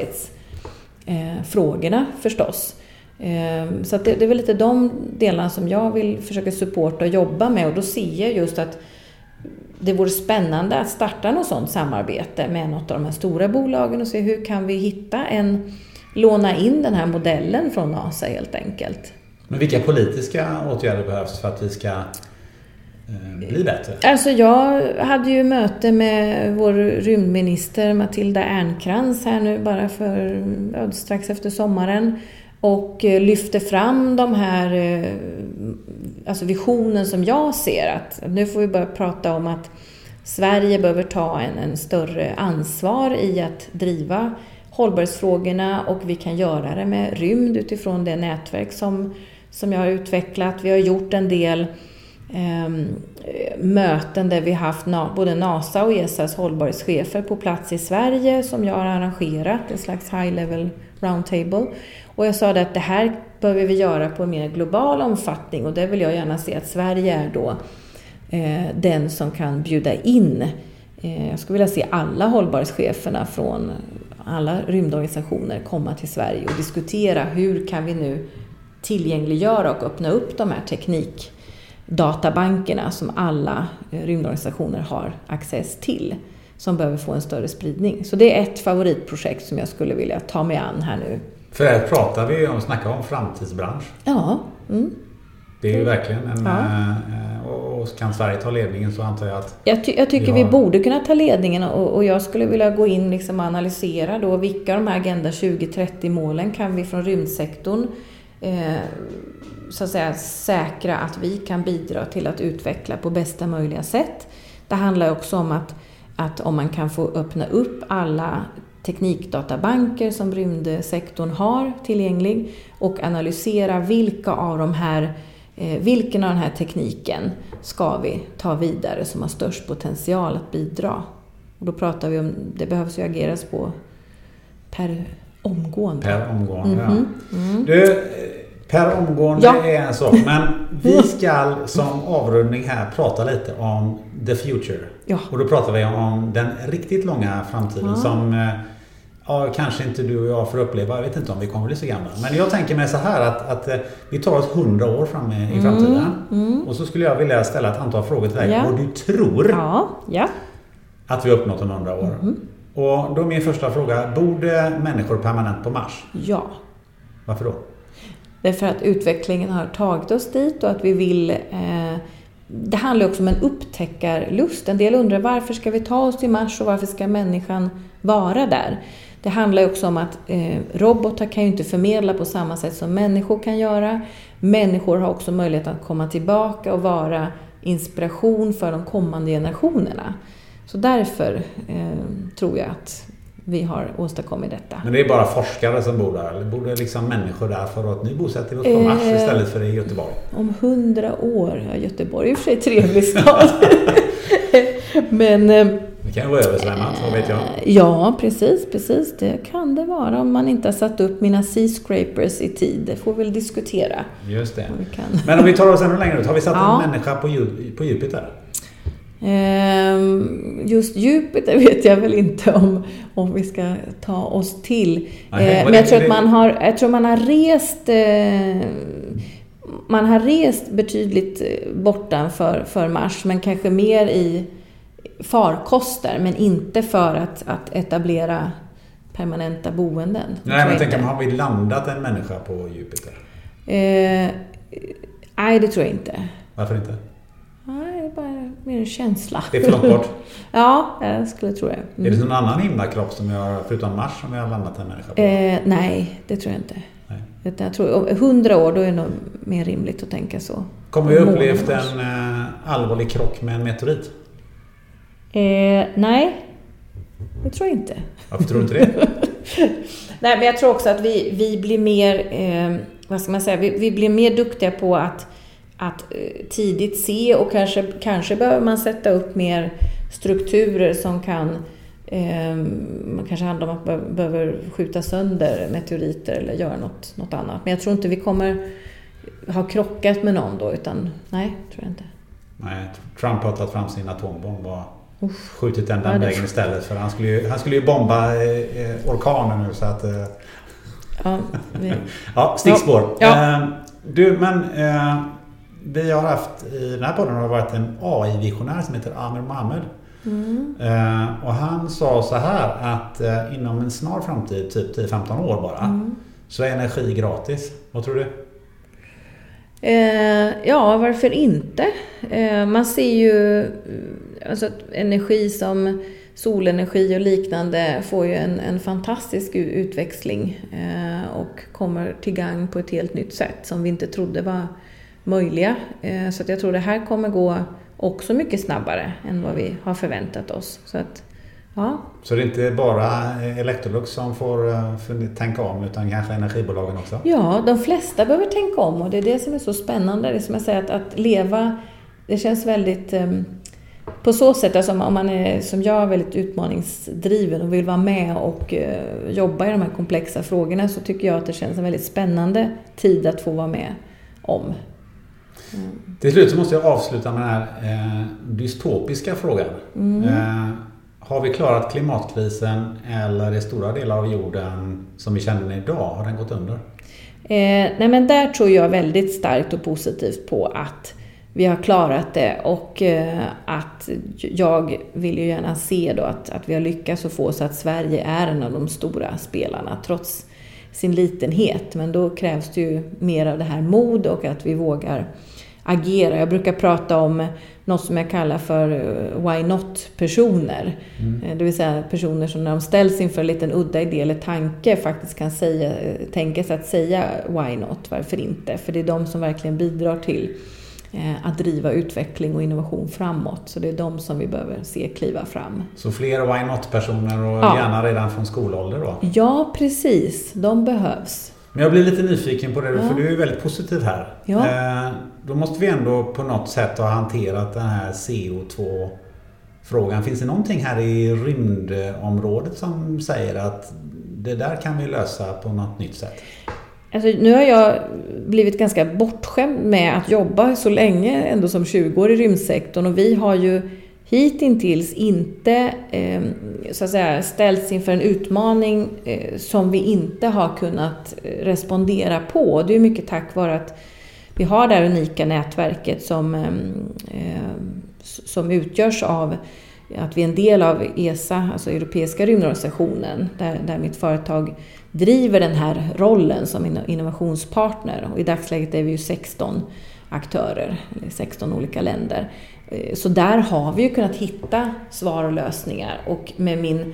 hållbarhetsfrågorna förstås. Så att det är väl lite de delarna som jag vill försöka supporta och jobba med, och då ser jag just att det vore spännande att starta något sådant samarbete med något av de här stora bolagen och se hur kan vi låna in den här modellen från NASA helt enkelt. Men vilka politiska åtgärder behövs för att vi ska bli bättre? Alltså jag hade ju möte med vår rymdminister Matilda Ernkrans här nu bara strax efter sommaren, och lyfte fram de här alltså visionen som jag ser, att nu får vi börja prata om att Sverige behöver ta en större ansvar i att driva hållbarhetsfrågorna, och vi kan göra det med rymd utifrån det nätverk som jag har utvecklat. Vi har gjort en del möten där vi haft både NASA och ESAs hållbarhetschefer på plats i Sverige som jag har arrangerat, en slags high level roundtable. Och jag sa att det här behöver vi göra på en mer global omfattning, och det vill jag gärna se att Sverige är då den som kan bjuda in. Jag skulle vilja se alla hållbarhetscheferna från alla rymdorganisationer komma till Sverige och diskutera hur kan vi nu tillgängliggöra och öppna upp de här teknikdatabankerna som alla rymdorganisationer har access till, som behöver få en större spridning. Så det är ett favoritprojekt som jag skulle vilja ta mig an här nu. För här pratar vi snackar om framtidsbransch. Ja. Mm. Det är ju verkligen och kan Sverige ta ledningen så antar jag att... Jag tycker vi borde kunna ta ledningen, och jag skulle vilja gå in och analysera då vilka de här Agenda 2030-målen kan vi från rymdsektorn så att säga säkra att vi kan bidra till att utveckla på bästa möjliga sätt. Det handlar också om att om man kan få öppna upp alla teknikdatabanker som rymdsektorn har tillgänglig och analysera vilken av den här tekniken ska vi ta vidare som har störst potential att bidra. Och då pratar vi om, det behövs ju ageras på per omgående. Per omgående, ja. Du, per omgående är en sak, men vi ska som avrundning här prata lite om the future. Ja. Och då pratar vi om den riktigt långa framtiden som kanske inte du och jag får uppleva. Jag vet inte om vi kommer bli så gamla. Men jag tänker mig så här att vi tar oss 100 år fram i framtiden. Och så skulle jag vilja ställa ett antal frågor till dig. Ja. Och du tror att vi har uppnått om 100 år. Och då är min första fråga. Bor det människor permanent på Mars? Ja. Varför då? Det är för att utvecklingen har tagit oss dit och att vi vill... det handlar också om en upptäckarlust. En del undrar varför ska vi ta oss till Mars och varför ska människan vara där? Det handlar också om att robotar kan ju inte förmedla på samma sätt som människor kan göra. Människor har också möjlighet att komma tillbaka och vara inspiration för de kommande generationerna. Så därför tror jag att vi har åstadkommit detta. Men det är bara forskare som bor där? Eller bor det liksom människor där för att nu bosätter vi oss på Mars istället för i Göteborg? Om 100 år, Göteborg är i och för sig trevlig stad. Men... det kan ju vara översvämmat, vad vet jag? Ja, precis. Det kan det vara om man inte har satt upp mina seascrapers i tid. Det får vi väl diskutera. Just det. Men om vi tar oss ännu längre ut, har vi satt en människa på Jupiter? Just Jupiter vet jag väl inte om vi ska ta oss till. Men jag tror att man har rest betydligt bortanför Mars, men kanske mer i farkoster, men inte för att etablera permanenta boenden. Nej, men tänker man, har vi landat en människa på Jupiter? Nej, det tror jag inte. Varför inte? Nej, det är bara mer en känsla. Det är för långt bort? Ja, jag skulle tro det. Är det någon annan himlakropp som jag, förutom Mars, som jag har landat en människa på? Nej, det tror jag inte. Nej. Jag tror 100 år, då är det nog mer rimligt att tänka så. Kommer vi upplevt en allvarlig krock med en meteorit? Nej, det tror jag inte. Varför tror du inte det? Nej, men jag tror också att vi blir mer, vad ska man säga, vi blir mer duktiga på att tidigt se, och kanske behöver man sätta upp mer strukturer som kan, man kanske handlar om att man behöver skjuta sönder meteoriter eller göra något annat. Men jag tror inte vi kommer ha krockat med någon då, utan nej, tror jag inte. Nej, Trump har tagit fram sin atombomb och skjutit den vägen istället, för han skulle ju bomba orkanen nu, så att stickspår. Ja. Vi har haft i den här podden har varit en AI-visionär som heter Amir Mohammed. Och han sa så här att inom en snar framtid, typ 10-15 år bara, så är energi gratis. Vad tror du? Ja, varför inte? Man ser ju alltså att energi som solenergi och liknande får ju en fantastisk utväxling och kommer till gang på ett helt nytt sätt som vi inte trodde var möjliga. Så att jag tror det här kommer gå också mycket snabbare än vad vi har förväntat oss. Så att, ja. Så det är inte bara Electrolux som får tänka om, utan kanske energibolagen också? Ja, de flesta behöver tänka om, och det är det som är så spännande. Det är som jag säger, att leva, det känns väldigt... På så sätt, alltså om man är som jag väldigt utmaningsdriven och vill vara med och jobba i de här komplexa frågorna, så tycker jag att det känns en väldigt spännande tid att få vara med om. Till slut så måste jag avsluta med den här dystopiska frågan. Har vi klarat klimatkrisen, eller är stora delar av jorden som vi känner den idag, har den gått under? Nej, men där tror jag väldigt starkt och positivt på att vi har klarat det, och att jag vill ju gärna se då att vi har lyckats att få så att Sverige är en av de stora spelarna trots sin litenhet. Men då krävs det ju mer av det här mod och att vi vågar agera. Jag brukar prata om något som jag kallar för why not-personer. Det vill säga personer som när de ställs inför en liten udda idé eller tanke faktiskt kan tänka sig att säga why not, varför inte. För det är de som verkligen bidrar till att driva utveckling och innovation framåt. Så det är de som vi behöver se kliva fram. Så fler why not-personer och gärna redan från skolålder då? Ja, precis. De behövs. Men jag blir lite nyfiken på det, för du är väldigt positiv här. Ja. Då måste vi ändå på något sätt ha hanterat den här CO2-frågan. Finns det någonting här i rymdområdet som säger att det där kan vi lösa på något nytt sätt? Alltså, nu har jag blivit ganska bortskämd med att jobba så länge, ändå som 20 år i rymdsektorn, och vi har ju hitintills inte så att säga, ställts inför en utmaning som vi inte har kunnat respondera på. Det är mycket tack vare att vi har det här unika nätverket som utgörs av att vi är en del av ESA, alltså Europeiska rymdorganisationen, där mitt företag driver den här rollen som innovationspartner. Och i dagsläget är vi ju 16 aktörer, eller 16 olika länder. Så där har vi ju kunnat hitta svar och lösningar, och med min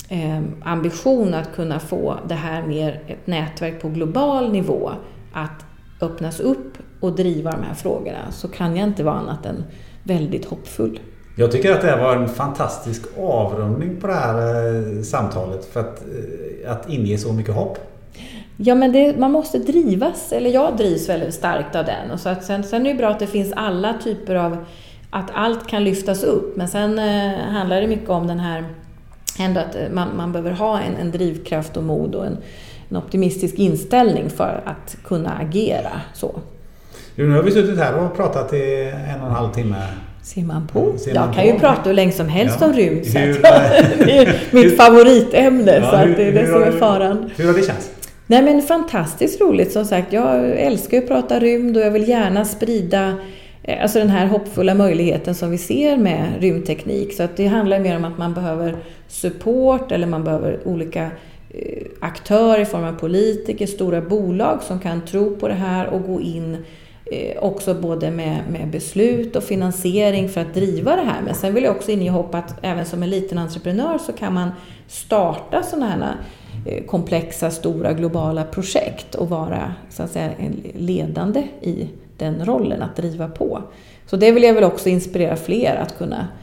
ambition att kunna få det här mer ett nätverk på global nivå att öppnas upp och driva de här frågorna, så kan jag inte vara annat än väldigt hoppfull. Jag tycker att det var en fantastisk avrundning på det här samtalet, för att inge så mycket hopp. Ja, men man måste drivas, eller jag drivs väldigt starkt av den. Och så att sen är det bra att det finns alla typer av, att allt kan lyftas upp. Men sen handlar det mycket om den här, ändå att man behöver ha en drivkraft och mod och en optimistisk inställning för att kunna agera så. Nu har vi suttit här och pratat i 1,5 timme. Ser man på? Jag kan ju prata hur länge som helst om rymd. Det är mitt favoritämne, så att det är det som är faran. Hur har det känts? Nej, men fantastiskt roligt, som sagt. Jag älskar att prata rymd och jag vill gärna sprida alltså den här hoppfulla möjligheten som vi ser med rymdteknik. Så att det handlar mer om att man behöver support, eller man behöver olika aktörer i form av politiker, stora bolag som kan tro på det här och gå in också både med beslut och finansiering för att driva det här. Men sen vill jag också inge hopp att även som en liten entreprenör så kan man starta sådana här komplexa, stora, globala projekt och vara, så att säga, en ledande i den rollen att driva på. Så det vill jag väl också inspirera fler att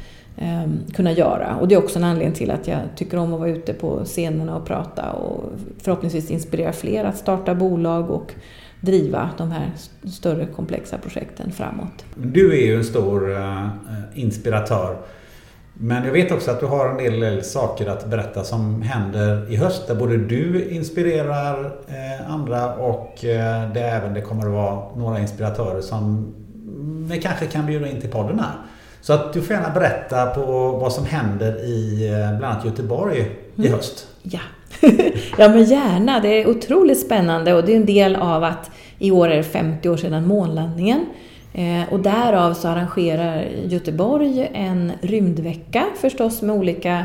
kunna göra. Och det är också en anledning till att jag tycker om att vara ute på scenerna och prata och förhoppningsvis inspirera fler att starta bolag och driva de här större komplexa projekten framåt. Du är ju en stor inspiratör. Men jag vet också att du har en del saker att berätta som händer i höst, där både du inspirerar andra och det kommer att vara några inspiratörer som vi kanske kan bjuda in till podden här. Så att du får gärna berätta på vad som händer i bland annat Göteborg i höst. Ja. Ja, men gärna. Det är otroligt spännande, och det är en del av att i år är det 50 år sedan månlandningen. Och därav så arrangerar Göteborg en rymdvecka, förstås med olika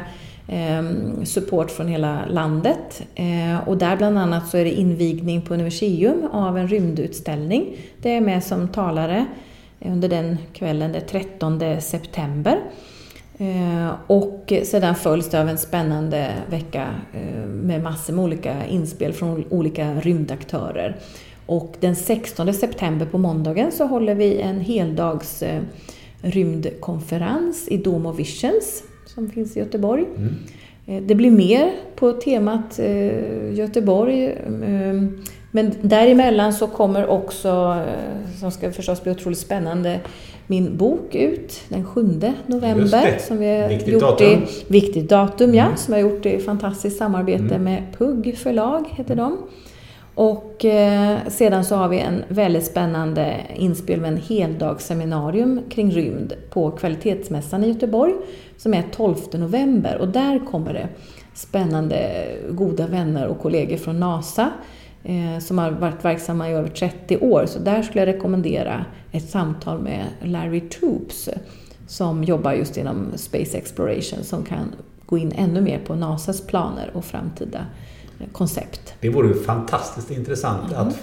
support från hela landet. Och där bland annat så är det invigning på Universium av en rymdutställning. Det är med som talare under den kvällen, den 13 september. Och sedan följs det av en spännande vecka med massor med olika inspel från olika rymdaktörer. Och den 16 september på måndagen så håller vi en heldags rymdkonferens i Dome of Visions som finns i Göteborg. Det blir mer på temat Göteborg. Men däremellan så kommer också, som ska förstås bli otroligt spännande, min bok ut den 7 november. Som vi har viktigt datum, ja, som jag har gjort i fantastiskt samarbete med Pugg förlag, heter de. Och sedan så har vi en väldigt spännande inspel med en heldagsseminarium kring rymd på Kvalitetsmässan i Göteborg som är 12 november. Och där kommer det spännande goda vänner och kollegor från NASA som har varit verksamma i över 30 år. Så där skulle jag rekommendera ett samtal med Larry Toops som jobbar just inom Space Exploration, som kan gå in ännu mer på NASAs planer och framtida koncept. Det vore ju fantastiskt intressant att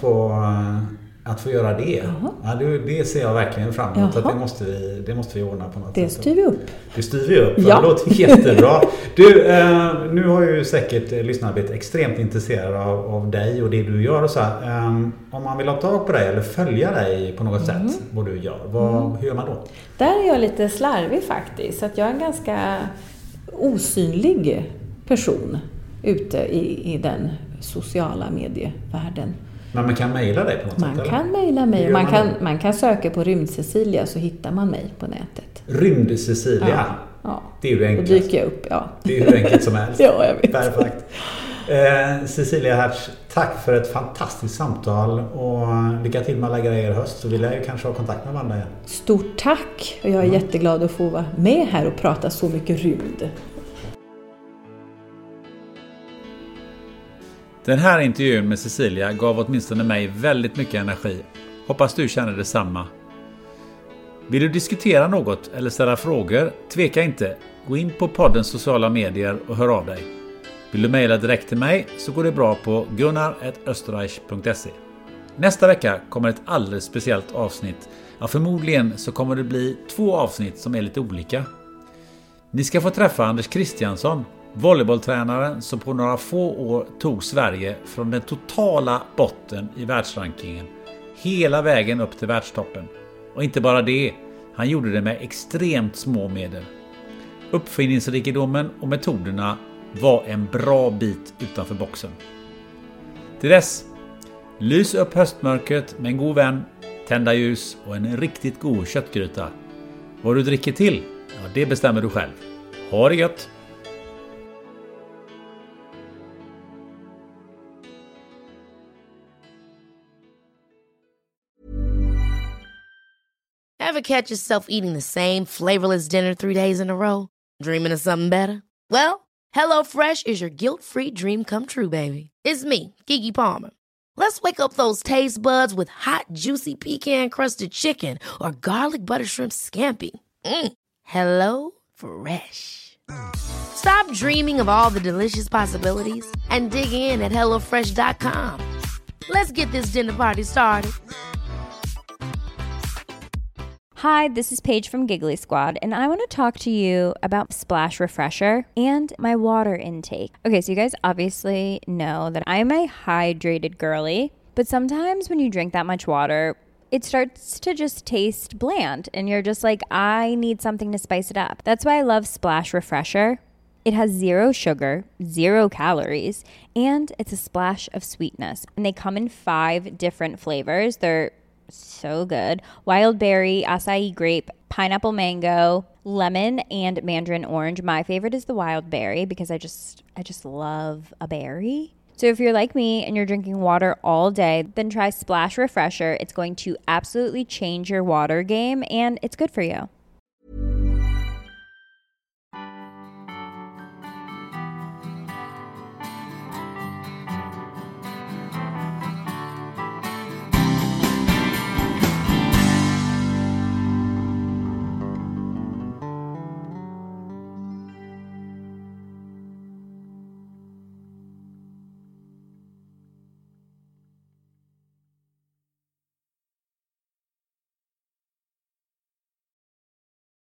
få göra det. Ja, det ser jag verkligen fram emot. Att det måste vi ordna på något sätt. Det styr vi upp. Det styr vi upp. Ja. Det låter jättebra. Du, nu har ju säkert lyssnarna blivit extremt intresserade av dig och det du gör och så här. Om man vill ha tag på dig eller följa dig på något sätt, vad du gör, hur gör man då? Där är jag lite slarvig faktiskt. Så att jag är en ganska osynlig person ute i den sociala medievärlden. Men man kan mejla dig på något sätt? Man kan mejla mig. Man kan söka på Rymd-Cecilia så hittar man mig på nätet. Rymd-Cecilia? Ja. Det är ju det enklast. Då dyker jag upp, ja. Det är hur enkelt som helst. Ja, jag vet. Perfekt. Cecilia Hertz, tack för ett fantastiskt samtal och lycka till med alla grejer i höst, så vill jag ju kanske ha kontakt med varandra igen. Stort tack, och jag är jätteglad att få vara med här och prata så mycket rymd. Den här intervjun med Cecilia gav åtminstone mig väldigt mycket energi. Hoppas du känner detsamma. Vill du diskutera något eller ställa frågor? Tveka inte. Gå in på poddens sociala medier och hör av dig. Vill du mejla direkt till mig så går det bra på gunnar@österreich.se. Nästa vecka kommer ett alldeles speciellt avsnitt. Ja, förmodligen så kommer det bli 2 avsnitt som är lite olika. Ni ska få träffa Anders Christiansson, volleybolltränaren som på några få år tog Sverige från den totala botten i världsrankingen hela vägen upp till världstoppen. Och inte bara det, han gjorde det med extremt små medel. Uppfinningsrikedomen och metoderna var en bra bit utanför boxen. Till dess, lys upp höstmörkret med en god vän, tända ljus och en riktigt god köttgryta. Vad du dricker till, ja, det bestämmer du själv. Ha det gött! Ever catch yourself eating the same flavorless dinner 3 days in a row? Dreaming of something better? Well, HelloFresh is your guilt-free dream come true, baby. It's me, Keke Palmer. Let's wake up those taste buds with hot, juicy pecan-crusted chicken or garlic butter shrimp scampi. Hello Fresh. Stop dreaming of all the delicious possibilities and dig in at HelloFresh.com. Let's get this dinner party started. Hi, this is Paige from Giggly Squad, and I want to talk to you about Splash Refresher and my water intake. Okay, so you guys obviously know that I'm a hydrated girly, but sometimes when you drink that much water, it starts to just taste bland, and you're just like, I need something to spice it up. That's why I love Splash Refresher. It has 0 sugar, 0 calories, and it's a splash of sweetness. And they come in 5 different flavors. They're so good. Wild berry, acai grape, pineapple mango, lemon, and mandarin orange. My favorite is the wild berry because I just love a berry. So if you're like me and you're drinking water all day, then try Splash Refresher. It's going to absolutely change your water game, and it's good for you.